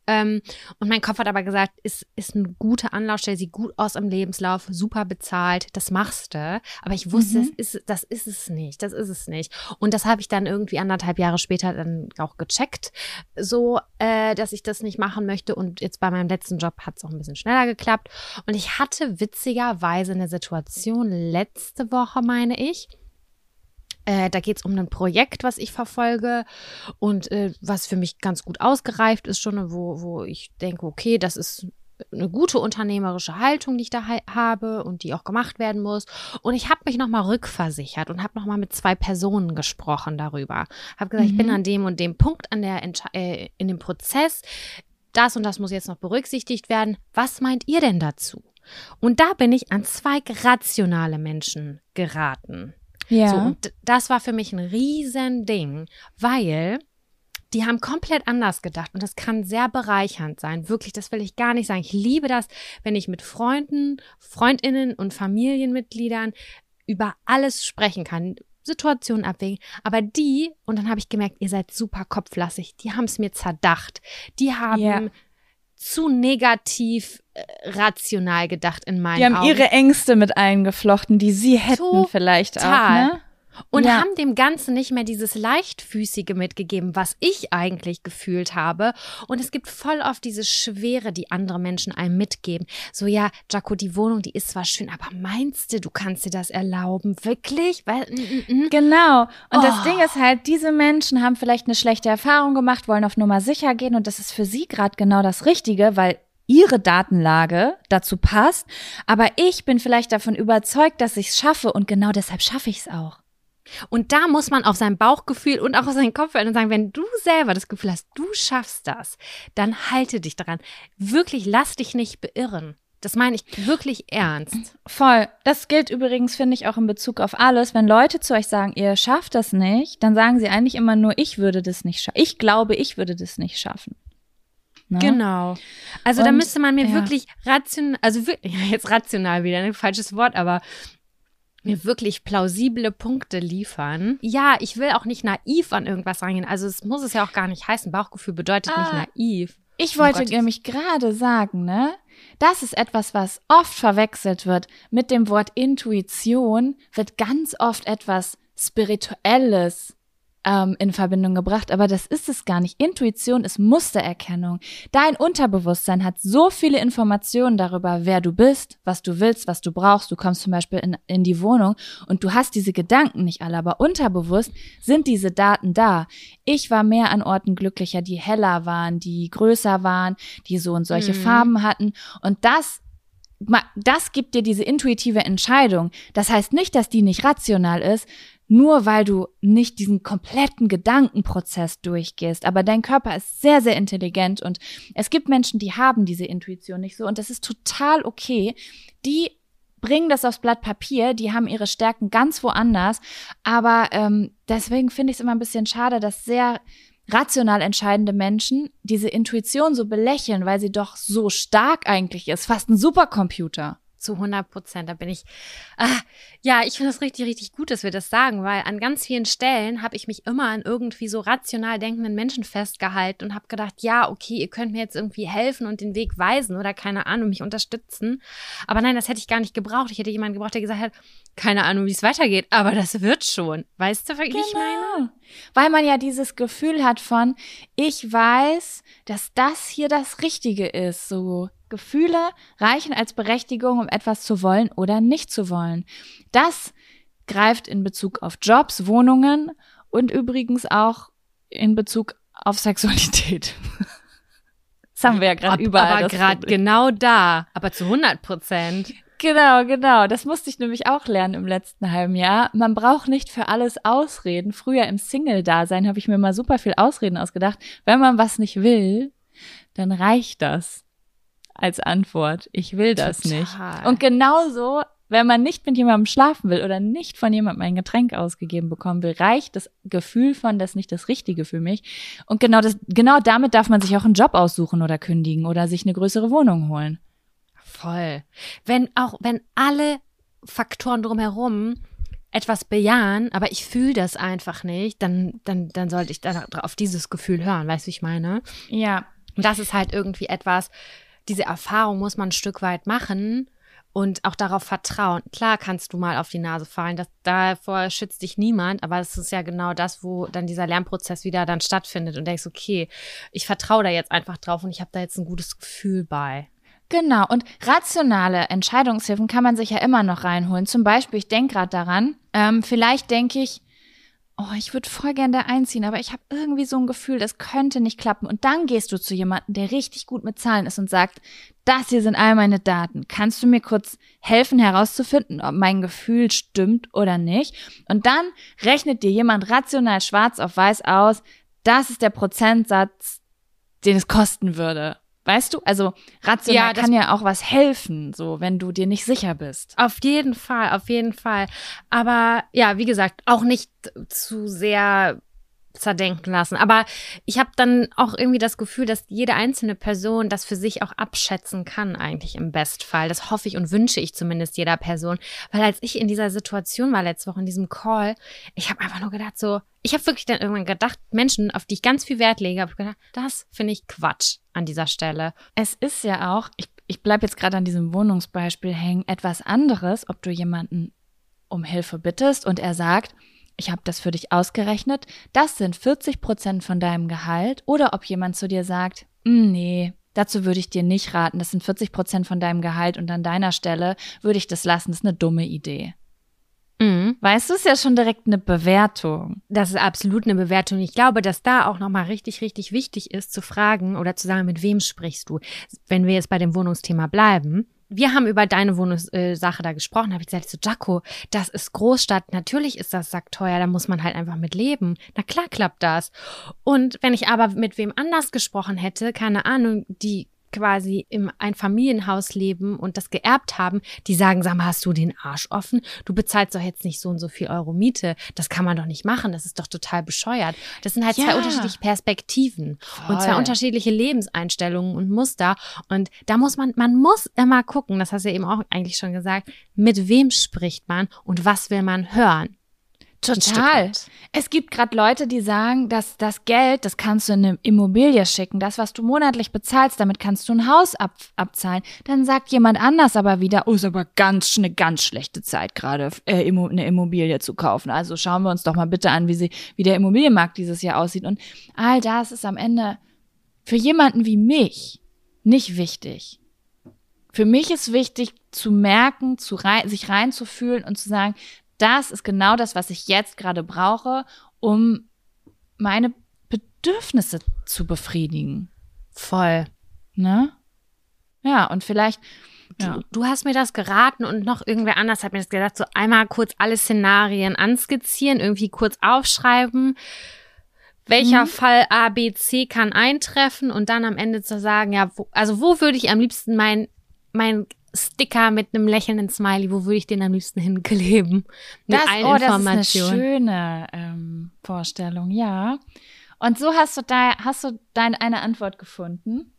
Und mein Kopf hat aber gesagt, ist eine gute Anlaufstelle, sieht gut aus im Lebenslauf, super bezahlt, das machst du. Aber ich wusste, das ist es nicht. Und das habe ich dann irgendwie 1,5 Jahre später dann auch gecheckt, so, dass ich das nicht machen möchte. Und jetzt bei meinem letzten Job hat es auch ein bisschen schneller geklappt. Und ich hatte witzigerweise eine Situation letzte Woche, meine ich. Da geht es um ein Projekt, was ich verfolge und was für mich ganz gut ausgereift ist schon, wo ich denke, okay, das ist eine gute unternehmerische Haltung, die ich da habe und die auch gemacht werden muss. Und ich habe mich nochmal rückversichert und habe nochmal mit 2 Personen gesprochen darüber. Habe gesagt, ich bin an dem und dem Punkt in dem Prozess, das und das muss jetzt noch berücksichtigt werden. Was meint ihr denn dazu? Und da bin ich an 2 rationale Menschen geraten. Ja. So, und das war für mich ein Riesending, weil die haben komplett anders gedacht und das kann sehr bereichernd sein. Wirklich, das will ich gar nicht sagen. Ich liebe das, wenn ich mit Freunden, Freundinnen und Familienmitgliedern über alles sprechen kann, Situationen abwägen. Aber und dann habe ich gemerkt, ihr seid super kopflastig, die haben es mir zerdacht. Die haben zu negativ rational gedacht in meinen Augen. Die haben ihre Ängste mit eingeflochten, die sie hätten vielleicht auch, ne? Und haben dem Ganzen nicht mehr dieses Leichtfüßige mitgegeben, was ich eigentlich gefühlt habe. Und es gibt voll oft diese Schwere, die andere Menschen einem mitgeben. So, ja, Jaco, die Wohnung, die ist zwar schön, aber meinst du kannst dir das erlauben? Wirklich? Genau. Und das Ding ist halt, diese Menschen haben vielleicht eine schlechte Erfahrung gemacht, wollen auf Nummer sicher gehen und das ist für sie gerade genau das Richtige, weil ihre Datenlage dazu passt. Aber ich bin vielleicht davon überzeugt, dass ich es schaffe und genau deshalb schaffe ich es auch. Und da muss man auf sein Bauchgefühl und auch auf seinen Kopf hören und sagen, wenn du selber das Gefühl hast, du schaffst das, dann halte dich daran. Wirklich, lass dich nicht beirren. Das meine ich wirklich ernst. Voll. Das gilt übrigens, finde ich, auch in Bezug auf alles. Wenn Leute zu euch sagen, ihr schafft das nicht, dann sagen sie eigentlich immer nur, ich würde das nicht schaffen. Ich glaube, ich würde das nicht schaffen. Ne? Genau. Also da müsste man mir wirklich rational wieder, ein falsches Wort, aber mir wirklich plausible Punkte liefern. Ja, ich will auch nicht naiv an irgendwas rangehen. Also es muss es ja auch gar nicht heißen. Bauchgefühl bedeutet nicht naiv. Ich wollte nämlich gerade sagen, ne? Das ist etwas, was oft verwechselt wird. Mit dem Wort Intuition wird ganz oft etwas Spirituelles in Verbindung gebracht, aber das ist es gar nicht. Intuition ist Mustererkennung. Dein Unterbewusstsein hat so viele Informationen darüber, wer du bist, was du willst, was du brauchst. Du kommst zum Beispiel in die Wohnung und du hast diese Gedanken nicht alle, aber unterbewusst sind diese Daten da. Ich war mehr an Orten glücklicher, die heller waren, die größer waren, die so und solche Farben hatten und das gibt dir diese intuitive Entscheidung. Das heißt nicht, dass die nicht rational ist, nur weil du nicht diesen kompletten Gedankenprozess durchgehst. Aber dein Körper ist sehr, sehr intelligent und es gibt Menschen, die haben diese Intuition nicht so und das ist total okay. Die bringen das aufs Blatt Papier, die haben ihre Stärken ganz woanders. Aber deswegen finde ich es immer ein bisschen schade, dass sehr rational entscheidende Menschen diese Intuition so belächeln, weil sie doch so stark eigentlich ist. Fast ein Supercomputer. Zu 100%, da bin ich, ja, ich finde das richtig, richtig gut, dass wir das sagen, weil an ganz vielen Stellen habe ich mich immer an irgendwie so rational denkenden Menschen festgehalten und habe gedacht, ja, okay, ihr könnt mir jetzt irgendwie helfen und den Weg weisen oder keine Ahnung, mich unterstützen. Aber nein, das hätte ich gar nicht gebraucht. Ich hätte jemanden gebraucht, der gesagt hat, keine Ahnung, wie es weitergeht, aber das wird schon. Weißt du, wie ich meine? Weil man ja dieses Gefühl hat von, ich weiß, dass das hier das Richtige ist, so. Gefühle reichen als Berechtigung, um etwas zu wollen oder nicht zu wollen. Das greift in Bezug auf Jobs, Wohnungen und übrigens auch in Bezug auf Sexualität. Das haben wir ja gerade überall. Aber gerade genau da, aber zu 100%. Genau. Das musste ich nämlich auch lernen im letzten halben Jahr. Man braucht nicht für alles Ausreden. Früher im Single-Dasein habe ich mir mal super viel Ausreden ausgedacht. Wenn man was nicht will, dann reicht das. Als Antwort, ich will das nicht. Und genauso, wenn man nicht mit jemandem schlafen will oder nicht von jemandem ein Getränk ausgegeben bekommen will, reicht das Gefühl von, das ist nicht das Richtige für mich. Und genau damit darf man sich auch einen Job aussuchen oder kündigen oder sich eine größere Wohnung holen. Voll. Wenn alle Faktoren drumherum etwas bejahen, aber ich fühle das einfach nicht, dann sollte ich da auf dieses Gefühl hören, weißt du, wie ich meine? Ja. Und das ist halt irgendwie etwas, diese Erfahrung muss man ein Stück weit machen und auch darauf vertrauen. Klar kannst du mal auf die Nase fallen, davor schützt dich niemand, aber es ist ja genau das, wo dann dieser Lernprozess wieder dann stattfindet und denkst, okay, ich vertraue da jetzt einfach drauf und ich habe da jetzt ein gutes Gefühl bei. Genau, und rationale Entscheidungshilfen kann man sich ja immer noch reinholen. Zum Beispiel, ich denke gerade daran, vielleicht denke ich, oh, ich würde voll gerne da einziehen, aber ich habe irgendwie so ein Gefühl, das könnte nicht klappen. Und dann gehst du zu jemandem, der richtig gut mit Zahlen ist und sagt, das hier sind all meine Daten. Kannst du mir kurz helfen herauszufinden, ob mein Gefühl stimmt oder nicht? Und dann rechnet dir jemand rational schwarz auf weiß aus, das ist der Prozentsatz, den es kosten würde. Weißt du? Also rational kann ja auch was helfen, so wenn du dir nicht sicher bist. Auf jeden Fall, auf jeden Fall. Aber ja, wie gesagt, auch nicht zu sehr zerdenken lassen. Aber ich habe dann auch irgendwie das Gefühl, dass jede einzelne Person das für sich auch abschätzen kann eigentlich im Bestfall. Das hoffe ich und wünsche ich zumindest jeder Person. Weil als ich in dieser Situation war letzte Woche in diesem Call, ich habe einfach nur gedacht so, ich habe wirklich dann irgendwann gedacht, Menschen, auf die ich ganz viel Wert lege, habe ich gedacht, das finde ich Quatsch an dieser Stelle. Es ist ja auch, ich bleibe jetzt gerade an diesem Wohnungsbeispiel hängen, etwas anderes, ob du jemanden um Hilfe bittest und er sagt, ich habe das für dich ausgerechnet, das sind 40% von deinem Gehalt, oder ob jemand zu dir sagt, nee, dazu würde ich dir nicht raten, das sind 40% von deinem Gehalt und an deiner Stelle würde ich das lassen, das ist eine dumme Idee. Mhm. Weißt du, ist ja schon direkt eine Bewertung. Das ist absolut eine Bewertung. Ich glaube, dass da auch nochmal richtig, richtig wichtig ist, zu fragen oder zu sagen, mit wem sprichst du, wenn wir jetzt bei dem Wohnungsthema bleiben. Wir haben über deine Wohnungssache da gesprochen, habe ich gesagt, so Jaco, das ist Großstadt, natürlich ist das sackteuer, da muss man halt einfach mit leben. Na klar klappt das. Und wenn ich aber mit wem anders gesprochen hätte, keine Ahnung, die quasi im Einfamilienhaus leben und das geerbt haben, die sagen, sag mal, hast du den Arsch offen? Du bezahlst doch jetzt nicht so und so viel Euro Miete. Das kann man doch nicht machen. Das ist doch total bescheuert. Das sind halt zwei unterschiedliche Perspektiven und zwei unterschiedliche Lebenseinstellungen und Muster. Und da muss man muss immer gucken, das hast du ja eben auch eigentlich schon gesagt, mit wem spricht man und was will man hören? Total. Es gibt gerade Leute, die sagen, dass das Geld, das kannst du in eine Immobilie schicken. Das, was du monatlich bezahlst, damit kannst du ein Haus abzahlen. Dann sagt jemand anders aber wieder, oh, ist aber eine ganz schlechte Zeit gerade, eine Immobilie zu kaufen. Also schauen wir uns doch mal bitte an, wie der Immobilienmarkt dieses Jahr aussieht. Und all das ist am Ende für jemanden wie mich nicht wichtig. Für mich ist wichtig zu merken, sich reinzufühlen und zu sagen, das ist genau das, was ich jetzt gerade brauche, um meine Bedürfnisse zu befriedigen. Voll. Ne? Ja, und vielleicht. Ja. Du hast mir das geraten und noch irgendwer anders hat mir das gesagt, so einmal kurz alle Szenarien anskizzieren, irgendwie kurz aufschreiben, welcher Fall A, B, C kann eintreffen und dann am Ende zu sagen, ja, wo würde ich am liebsten mein Sticker mit einem lächelnden Smiley, wo würde ich den am liebsten hinkleben? Mit allen Informationen. Das ist eine schöne Vorstellung, ja. Und so hast du eine Antwort gefunden?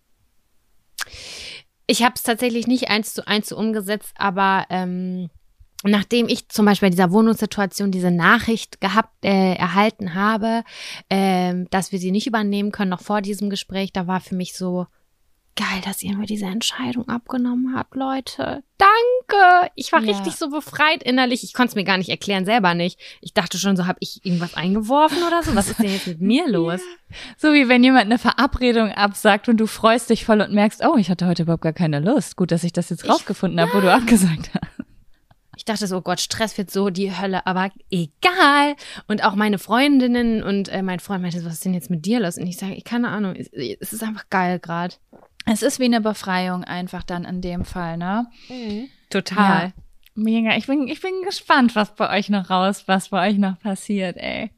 Ich habe es tatsächlich nicht 1:1 umgesetzt, aber nachdem ich zum Beispiel bei dieser Wohnungssituation diese Nachricht erhalten habe, dass wir sie nicht übernehmen können, noch vor diesem Gespräch, da war für mich so, geil, dass ihr mir diese Entscheidung abgenommen habt, Leute. Danke. Ich war richtig so befreit innerlich. Ich konnte es mir gar nicht erklären, selber nicht. Ich dachte schon so, habe ich irgendwas eingeworfen oder so? Was ist denn jetzt mit mir los? So wie wenn jemand eine Verabredung absagt und du freust dich voll und merkst, oh, ich hatte heute überhaupt gar keine Lust. Gut, dass ich das jetzt rausgefunden habe, wo du abgesagt hast. Ich dachte so, oh Gott, Stress wird so die Hölle, aber egal. Und auch meine Freundinnen und mein Freund meinte, was ist denn jetzt mit dir los? Und ich sage, keine Ahnung, es ist einfach geil gerade. Es ist wie eine Befreiung einfach dann in dem Fall, ne? Mhm. Total. Ja, mega. Ich bin gespannt, was bei euch noch passiert, ey.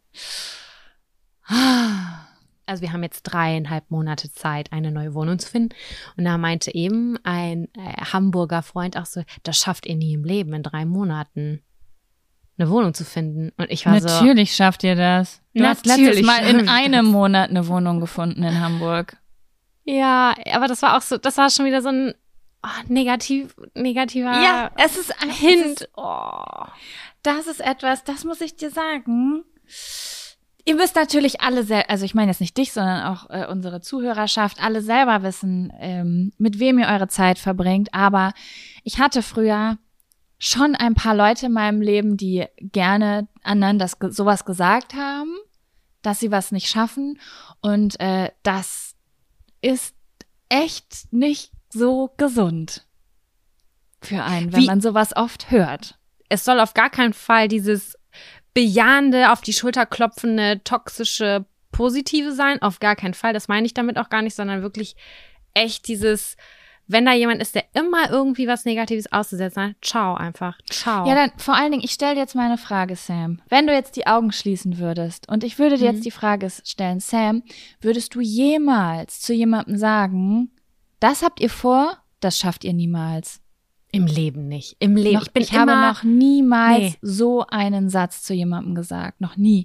Also wir haben jetzt 3,5 Monate Zeit, eine neue Wohnung zu finden. Und da meinte eben ein Hamburger Freund auch so, das schafft ihr nie im Leben, in 3 Monaten eine Wohnung zu finden. Und ich war Natürlich schafft ihr das. Du hast letztes Mal in einem Monat eine Wohnung gefunden in Hamburg. Ja, aber das war auch so, das war schon wieder so ein negativer ja, es ist ein Hint. Das ist etwas, das muss ich dir sagen. Ihr müsst natürlich alle also ich meine jetzt nicht dich, sondern auch unsere Zuhörerschaft, alle selber wissen, mit wem ihr eure Zeit verbringt. Aber ich hatte früher schon ein paar Leute in meinem Leben, die gerne anderen sowas gesagt haben, dass sie was nicht schaffen. Und das ist echt nicht so gesund für einen, wenn man sowas oft hört. Es soll auf gar keinen Fall dieses bejahende, auf die Schulter klopfende, toxische, positive sein. Auf gar keinen Fall. Das meine ich damit auch gar nicht, sondern wirklich echt dieses, wenn da jemand ist, der immer irgendwie was Negatives auszusetzen hat, ciao einfach. Ciao. Ja, dann vor allen Dingen, ich stelle dir jetzt mal eine Frage, Sam. Wenn du jetzt die Augen schließen würdest und ich würde dir jetzt die Frage stellen, Sam, würdest du jemals zu jemandem sagen, das habt ihr vor, das schafft ihr niemals? Im Leben nicht. Im Leben. Ich habe noch niemals so einen Satz zu jemandem gesagt. Noch nie.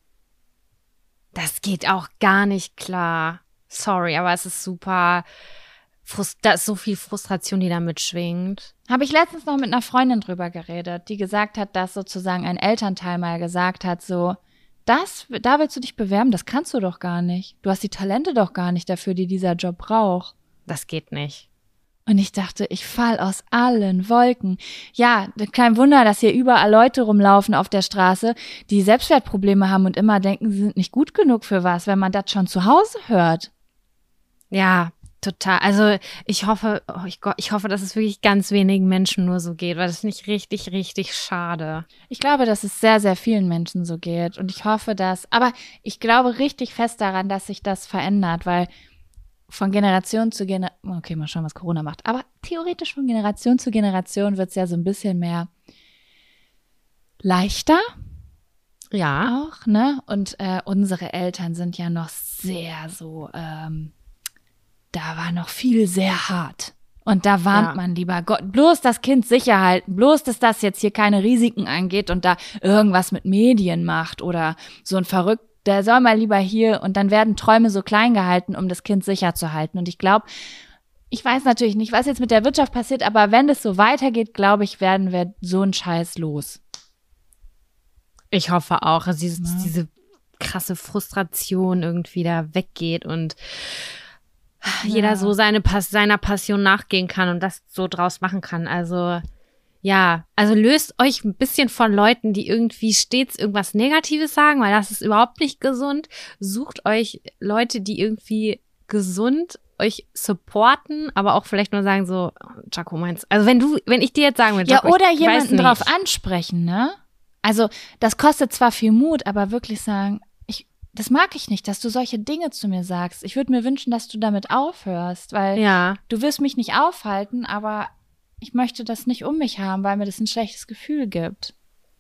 Das geht auch gar nicht klar. Sorry, aber es ist super. Da ist so viel Frustration, die da mitschwingt. Habe ich letztens noch mit einer Freundin drüber geredet, die gesagt hat, dass sozusagen ein Elternteil mal gesagt hat, so, da willst du dich bewerben, das kannst du doch gar nicht. Du hast die Talente doch gar nicht dafür, die dieser Job braucht. Das geht nicht. Und ich dachte, ich fall aus allen Wolken. Ja, kein Wunder, dass hier überall Leute rumlaufen auf der Straße, die Selbstwertprobleme haben und immer denken, sie sind nicht gut genug für was, wenn man das schon zu Hause hört. Ja, total. Also ich hoffe, dass es wirklich ganz wenigen Menschen nur so geht, weil das finde ich richtig, richtig schade. Ich glaube, dass es sehr, sehr vielen Menschen so geht. Und ich hoffe, aber ich glaube richtig fest daran, dass sich das verändert, weil von Generation zu Generation, okay, mal schauen, was Corona macht, aber theoretisch von Generation zu Generation wird es ja so ein bisschen mehr leichter. Ja. Auch, ne? Und unsere Eltern sind ja noch sehr so, da war noch viel sehr hart. Und da warnt man lieber Gott, bloß das Kind sicher halten, bloß, dass das jetzt hier keine Risiken eingeht und da irgendwas mit Medien macht oder so ein der soll mal lieber hier und dann werden Träume so klein gehalten, um das Kind sicher zu halten. Und ich glaube, ich weiß natürlich nicht, was jetzt mit der Wirtschaft passiert, aber wenn das so weitergeht, glaube ich, werden wir so einen Scheiß los. Ich hoffe auch, dass diese krasse Frustration irgendwie da weggeht und jeder so seiner Passion nachgehen kann und das so draus machen kann. Also ja, also löst euch ein bisschen von Leuten, die irgendwie stets irgendwas Negatives sagen, weil das ist überhaupt nicht gesund. Sucht euch Leute, die irgendwie gesund euch supporten, aber auch vielleicht nur sagen so, Jaco, meinst, also wenn ich dir jetzt sagen würde, Jaco, oder jemanden drauf ansprechen, ne? Also das kostet zwar viel Mut, aber wirklich sagen, das mag ich nicht, dass du solche Dinge zu mir sagst. Ich würde mir wünschen, dass du damit aufhörst, weil du wirst mich nicht aufhalten, aber ich möchte das nicht um mich haben, weil mir das ein schlechtes Gefühl gibt.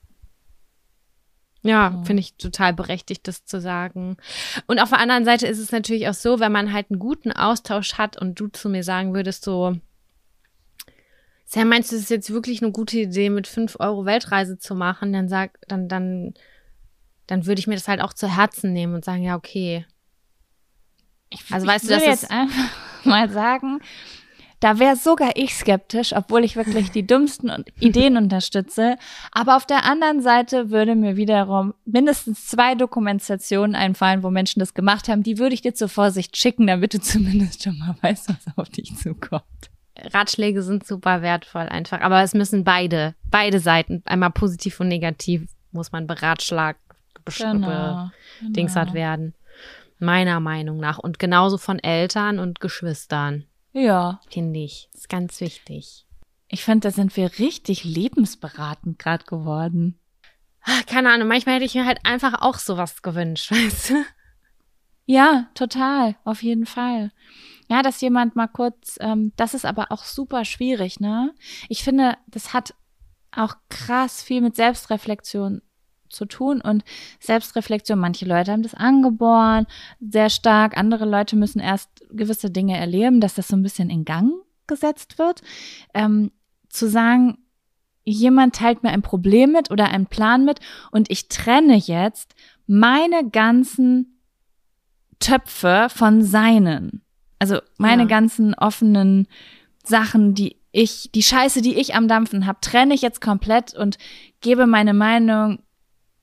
Ja, finde ich total berechtigt, das zu sagen. Und auf der anderen Seite ist es natürlich auch so, wenn man halt einen guten Austausch hat und du zu mir sagen würdest so, Sam, meinst du, es ist jetzt wirklich eine gute Idee, mit 5 € Weltreise zu machen? Dann würde ich mir das halt auch zu Herzen nehmen und sagen, ja, okay. Ich würde jetzt einfach mal sagen, da wäre sogar ich skeptisch, obwohl ich wirklich die dümmsten Ideen unterstütze. Aber auf der anderen Seite würde mir wiederum mindestens 2 Dokumentationen einfallen, wo Menschen das gemacht haben. Die würde ich dir zur Vorsicht schicken, damit du zumindest schon mal weißt, was auf dich zukommt. Ratschläge sind super wertvoll einfach. Aber es müssen beide Seiten, einmal positiv und negativ, muss man beratschlagt, bedingsert werden. Meiner Meinung nach. Und genauso von Eltern und Geschwistern. Ja. Finde ich. Das ist ganz wichtig. Ich finde, da sind wir richtig lebensberatend gerade geworden. Keine Ahnung, manchmal hätte ich mir halt einfach auch sowas gewünscht, weißt du? Ja, total, auf jeden Fall. Ja, dass jemand mal kurz, das ist aber auch super schwierig, ne? Ich finde, das hat auch krass viel mit Selbstreflexion zu tun und Selbstreflexion, manche Leute haben das angeboren, sehr stark, andere Leute müssen erst gewisse Dinge erleben, dass das so ein bisschen in Gang gesetzt wird. Zu sagen, jemand teilt mir ein Problem mit oder einen Plan mit und ich trenne jetzt meine ganzen Töpfe von seinen. Also meine ganzen offenen Sachen, die Scheiße, die ich am Dampfen habe, trenne ich jetzt komplett und gebe meine Meinung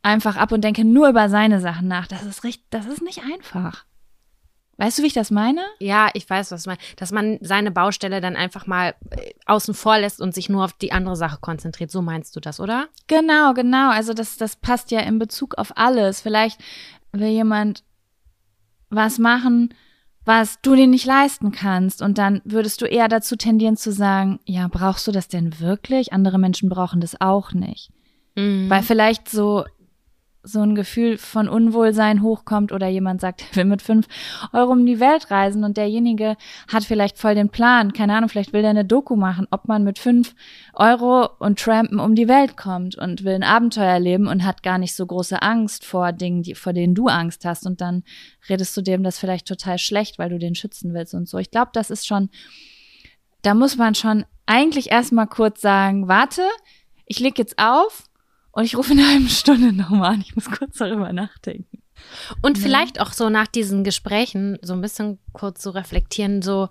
einfach ab und denke nur über seine Sachen nach. Das ist nicht einfach. Weißt du, wie ich das meine? Ja, ich weiß, was du meinst. Dass man seine Baustelle dann einfach mal außen vor lässt und sich nur auf die andere Sache konzentriert. So meinst du das, oder? Genau. Also das passt ja in Bezug auf alles. Vielleicht will jemand was machen, was du dir nicht leisten kannst. Und dann würdest du eher dazu tendieren zu sagen, ja, brauchst du das denn wirklich? Andere Menschen brauchen das auch nicht. Mhm. Weil vielleicht so ein Gefühl von Unwohlsein hochkommt oder jemand sagt, er will mit 5 Euro um die Welt reisen und derjenige hat vielleicht voll den Plan, keine Ahnung, vielleicht will der eine Doku machen, ob man mit 5 Euro und Trampen um die Welt kommt und will ein Abenteuer erleben und hat gar nicht so große Angst vor Dingen, vor denen du Angst hast, und dann redest du dem das vielleicht total schlecht, weil du den schützen willst und so. Ich glaube, das ist schon, da muss man schon eigentlich erstmal kurz sagen, warte, ich leg jetzt auf und ich rufe in einer halben Stunde nochmal an. Ich muss kurz darüber nachdenken. Und vielleicht auch so nach diesen Gesprächen so ein bisschen kurz so reflektieren, so,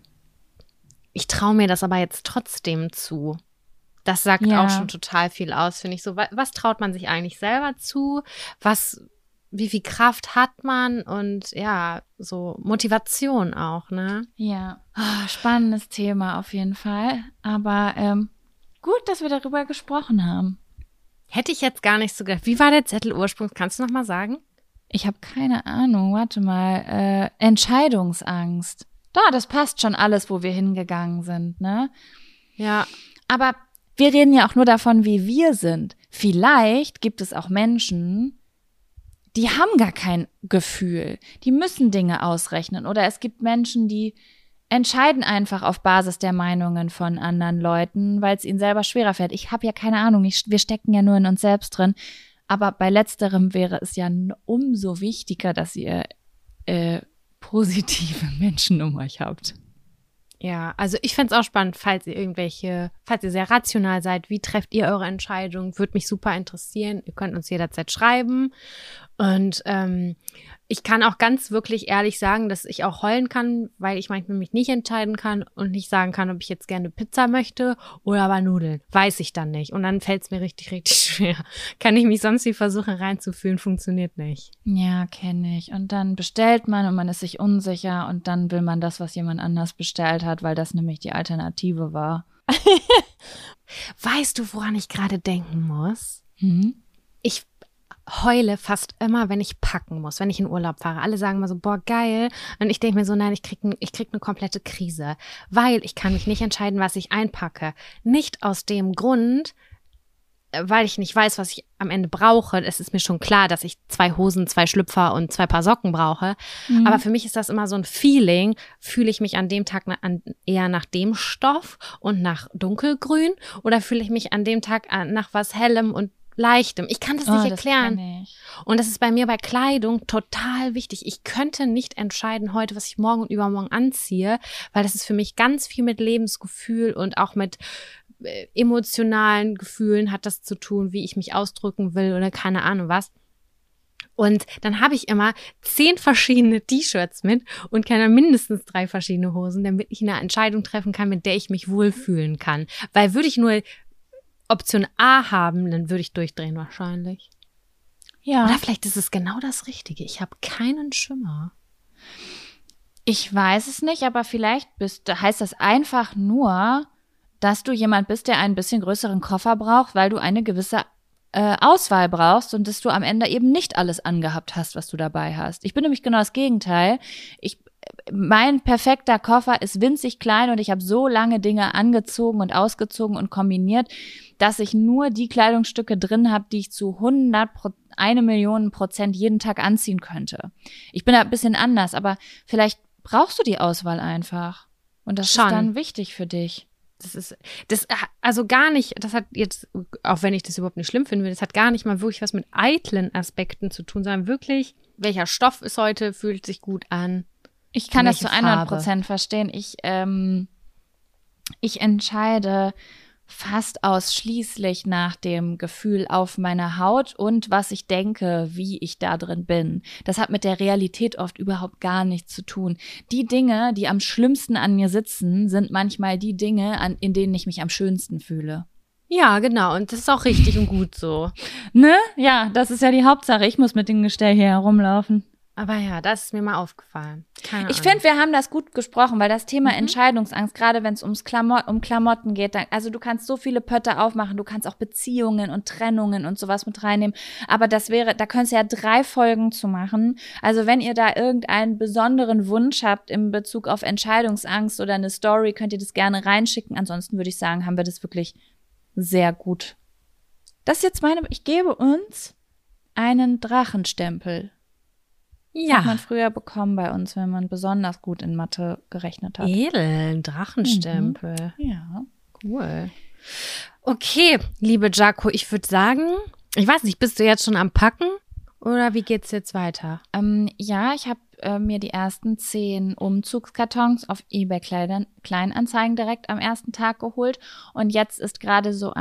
ich traue mir das aber jetzt trotzdem zu. Das sagt auch schon total viel aus, finde ich. So, was traut man sich eigentlich selber zu? Wie viel Kraft hat man? Und ja, so Motivation auch, ne? Ja, spannendes Thema auf jeden Fall. Aber gut, dass wir darüber gesprochen haben. Hätte ich jetzt gar nicht so gedacht. Wie war der Zettel ursprünglich? Kannst du noch mal sagen? Ich habe keine Ahnung. Warte mal. Entscheidungsangst. Das passt schon alles, wo wir hingegangen sind, ne? Ja. Aber wir reden ja auch nur davon, wie wir sind. Vielleicht gibt es auch Menschen, die haben gar kein Gefühl. Die müssen Dinge ausrechnen. Oder es gibt Menschen, die entscheiden einfach auf Basis der Meinungen von anderen Leuten, weil es ihnen selber schwerer fällt. Ich habe ja keine Ahnung, wir stecken ja nur in uns selbst drin. Aber bei Letzterem wäre es ja umso wichtiger, dass ihr positive Menschen um euch habt. Ja, also ich fände es auch spannend, falls ihr sehr rational seid, wie trefft ihr eure Entscheidung? Würde mich super interessieren. Ihr könnt uns jederzeit schreiben. Und ich kann auch ganz wirklich ehrlich sagen, dass ich auch heulen kann, weil ich manchmal mich nicht entscheiden kann und nicht sagen kann, ob ich jetzt gerne Pizza möchte oder aber Nudeln. Weiß ich dann nicht. Und dann fällt es mir richtig, richtig schwer. Kann ich mich sonst wie versuchen reinzufühlen, funktioniert nicht. Ja, kenne ich. Und dann bestellt man und man ist sich unsicher und dann will man das, was jemand anders bestellt hat, weil das nämlich die Alternative war. Weißt du, woran ich gerade denken muss? Mhm. Ich heule fast immer, wenn ich packen muss, wenn ich in Urlaub fahre. Alle sagen mal so, boah, geil. Und ich denke mir so, nein, ich krieg eine komplette Krise, weil ich kann mich nicht entscheiden, was ich einpacke. Nicht aus dem Grund, weil ich nicht weiß, was ich am Ende brauche. Es ist mir schon klar, dass ich 2 Hosen, 2 Schlüpfer und 2 Paar Socken brauche. Mhm. Aber für mich ist das immer so ein Feeling. Fühle ich mich an dem Tag eher nach dem Stoff und nach dunkelgrün oder fühle ich mich an dem Tag nach was Hellem und Leichtem. Ich kann das nicht erklären. Und das ist bei mir bei Kleidung total wichtig. Ich könnte nicht entscheiden heute, was ich morgen und übermorgen anziehe, weil das ist für mich ganz viel mit Lebensgefühl und auch mit emotionalen Gefühlen hat das zu tun, wie ich mich ausdrücken will oder keine Ahnung was. Und dann habe ich immer 10 verschiedene T-Shirts mit und kann dann mindestens 3 verschiedene Hosen, damit ich eine Entscheidung treffen kann, mit der ich mich wohlfühlen kann. Weil würde ich nur Option A haben, dann würde ich durchdrehen wahrscheinlich. Ja. Oder vielleicht ist es genau das Richtige. Ich habe keinen Schimmer. Ich weiß es nicht, aber vielleicht heißt das einfach nur, dass du jemand bist, der einen bisschen größeren Koffer braucht, weil du eine gewisse Auswahl brauchst und dass du am Ende eben nicht alles angehabt hast, was du dabei hast. Ich bin nämlich genau das Gegenteil. Mein perfekter Koffer ist winzig klein und ich habe so lange Dinge angezogen und ausgezogen und kombiniert, dass ich nur die Kleidungsstücke drin habe, die ich zu 1.000.000% jeden Tag anziehen könnte. Ich bin da ein bisschen anders, aber vielleicht brauchst du die Auswahl einfach. Und das ist dann wichtig für dich. Also gar nicht, das hat jetzt, auch wenn ich das überhaupt nicht schlimm finde, das hat gar nicht mal wirklich was mit eitlen Aspekten zu tun, sondern wirklich, welcher Stoff ist heute, fühlt sich gut an. Ich kann das zu 100% verstehen. Ich entscheide fast ausschließlich nach dem Gefühl auf meiner Haut und was ich denke, wie ich da drin bin. Das hat mit der Realität oft überhaupt gar nichts zu tun. Die Dinge, die am schlimmsten an mir sitzen, sind manchmal die Dinge, in denen ich mich am schönsten fühle. Ja, genau. Und das ist auch richtig und gut so. Ne? Ja, das ist ja die Hauptsache. Ich muss mit dem Gestell hier herumlaufen. Aber ja, das ist mir mal aufgefallen. Keine Ich Ahnung. finde, wir haben das gut gesprochen, weil das Thema Entscheidungsangst, gerade wenn es um Klamotten geht, also du kannst so viele Pötte aufmachen, du kannst auch Beziehungen und Trennungen und sowas mit reinnehmen, aber da könntest du ja 3 Folgen zu machen. Also wenn ihr da irgendeinen besonderen Wunsch habt in Bezug auf Entscheidungsangst oder eine Story, könnt ihr das gerne reinschicken. Ansonsten würde ich sagen, haben wir das wirklich sehr gut. Das ist jetzt ich gebe uns einen Drachenstempel. Ja. Hat man früher bekommen bei uns, wenn man besonders gut in Mathe gerechnet hat. Edel, ein Drachenstempel. Ja. Cool. Okay, liebe Jaco, ich würde sagen, ich weiß nicht, bist du jetzt schon am Packen oder wie geht's jetzt weiter? Ja, ich habe mir die ersten 10 Umzugskartons auf eBay Kleinanzeigen direkt am ersten Tag geholt. Und jetzt ist gerade so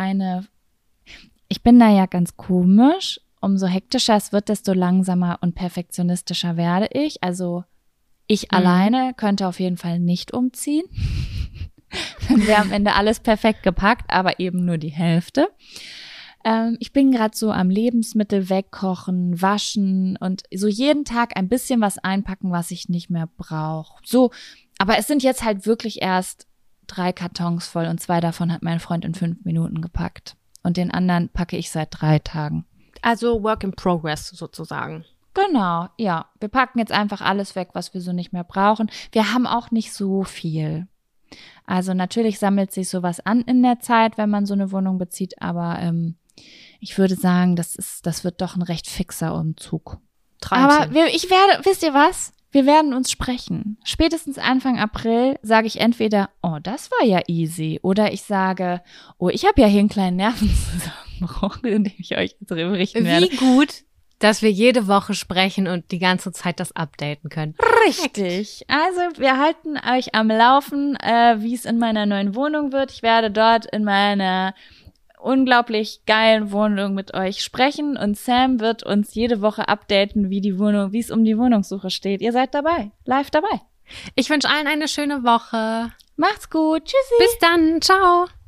ich bin da ja ganz komisch. Umso hektischer es wird, desto langsamer und perfektionistischer werde ich. Also ich alleine könnte auf jeden Fall nicht umziehen. Dann wäre am Ende alles perfekt gepackt, aber eben nur die Hälfte. Ich bin gerade so am Lebensmittel wegkochen, waschen und so jeden Tag ein bisschen was einpacken, was ich nicht mehr brauche. So, aber es sind jetzt halt wirklich erst 3 Kartons voll und 2 davon hat mein Freund in 5 Minuten gepackt. Und den anderen packe ich seit 3 Tagen. Also Work in Progress sozusagen. Genau, ja. Wir packen jetzt einfach alles weg, was wir so nicht mehr brauchen. Wir haben auch nicht so viel. Also natürlich sammelt sich sowas an in der Zeit, wenn man so eine Wohnung bezieht, aber ich würde sagen, das wird doch ein recht fixer Umzug. Träumchen. Aber wisst ihr was? Wir werden uns sprechen. Spätestens Anfang April sage ich entweder, oh, das war ja easy, oder ich sage, oh, ich habe ja hier einen kleinen Nervenzusammenbruch, in dem ich euch jetzt berichten werde. Wie gut, dass wir jede Woche sprechen und die ganze Zeit das updaten können. Richtig. Also wir halten euch am Laufen, wie es in meiner neuen Wohnung wird. Ich werde dort in meiner unglaublich geilen Wohnung mit euch sprechen und Sam wird uns jede Woche updaten, wie es um die Wohnungssuche steht. Ihr seid dabei, live dabei. Ich wünsche allen eine schöne Woche. Macht's gut, tschüssi. Bis dann, ciao.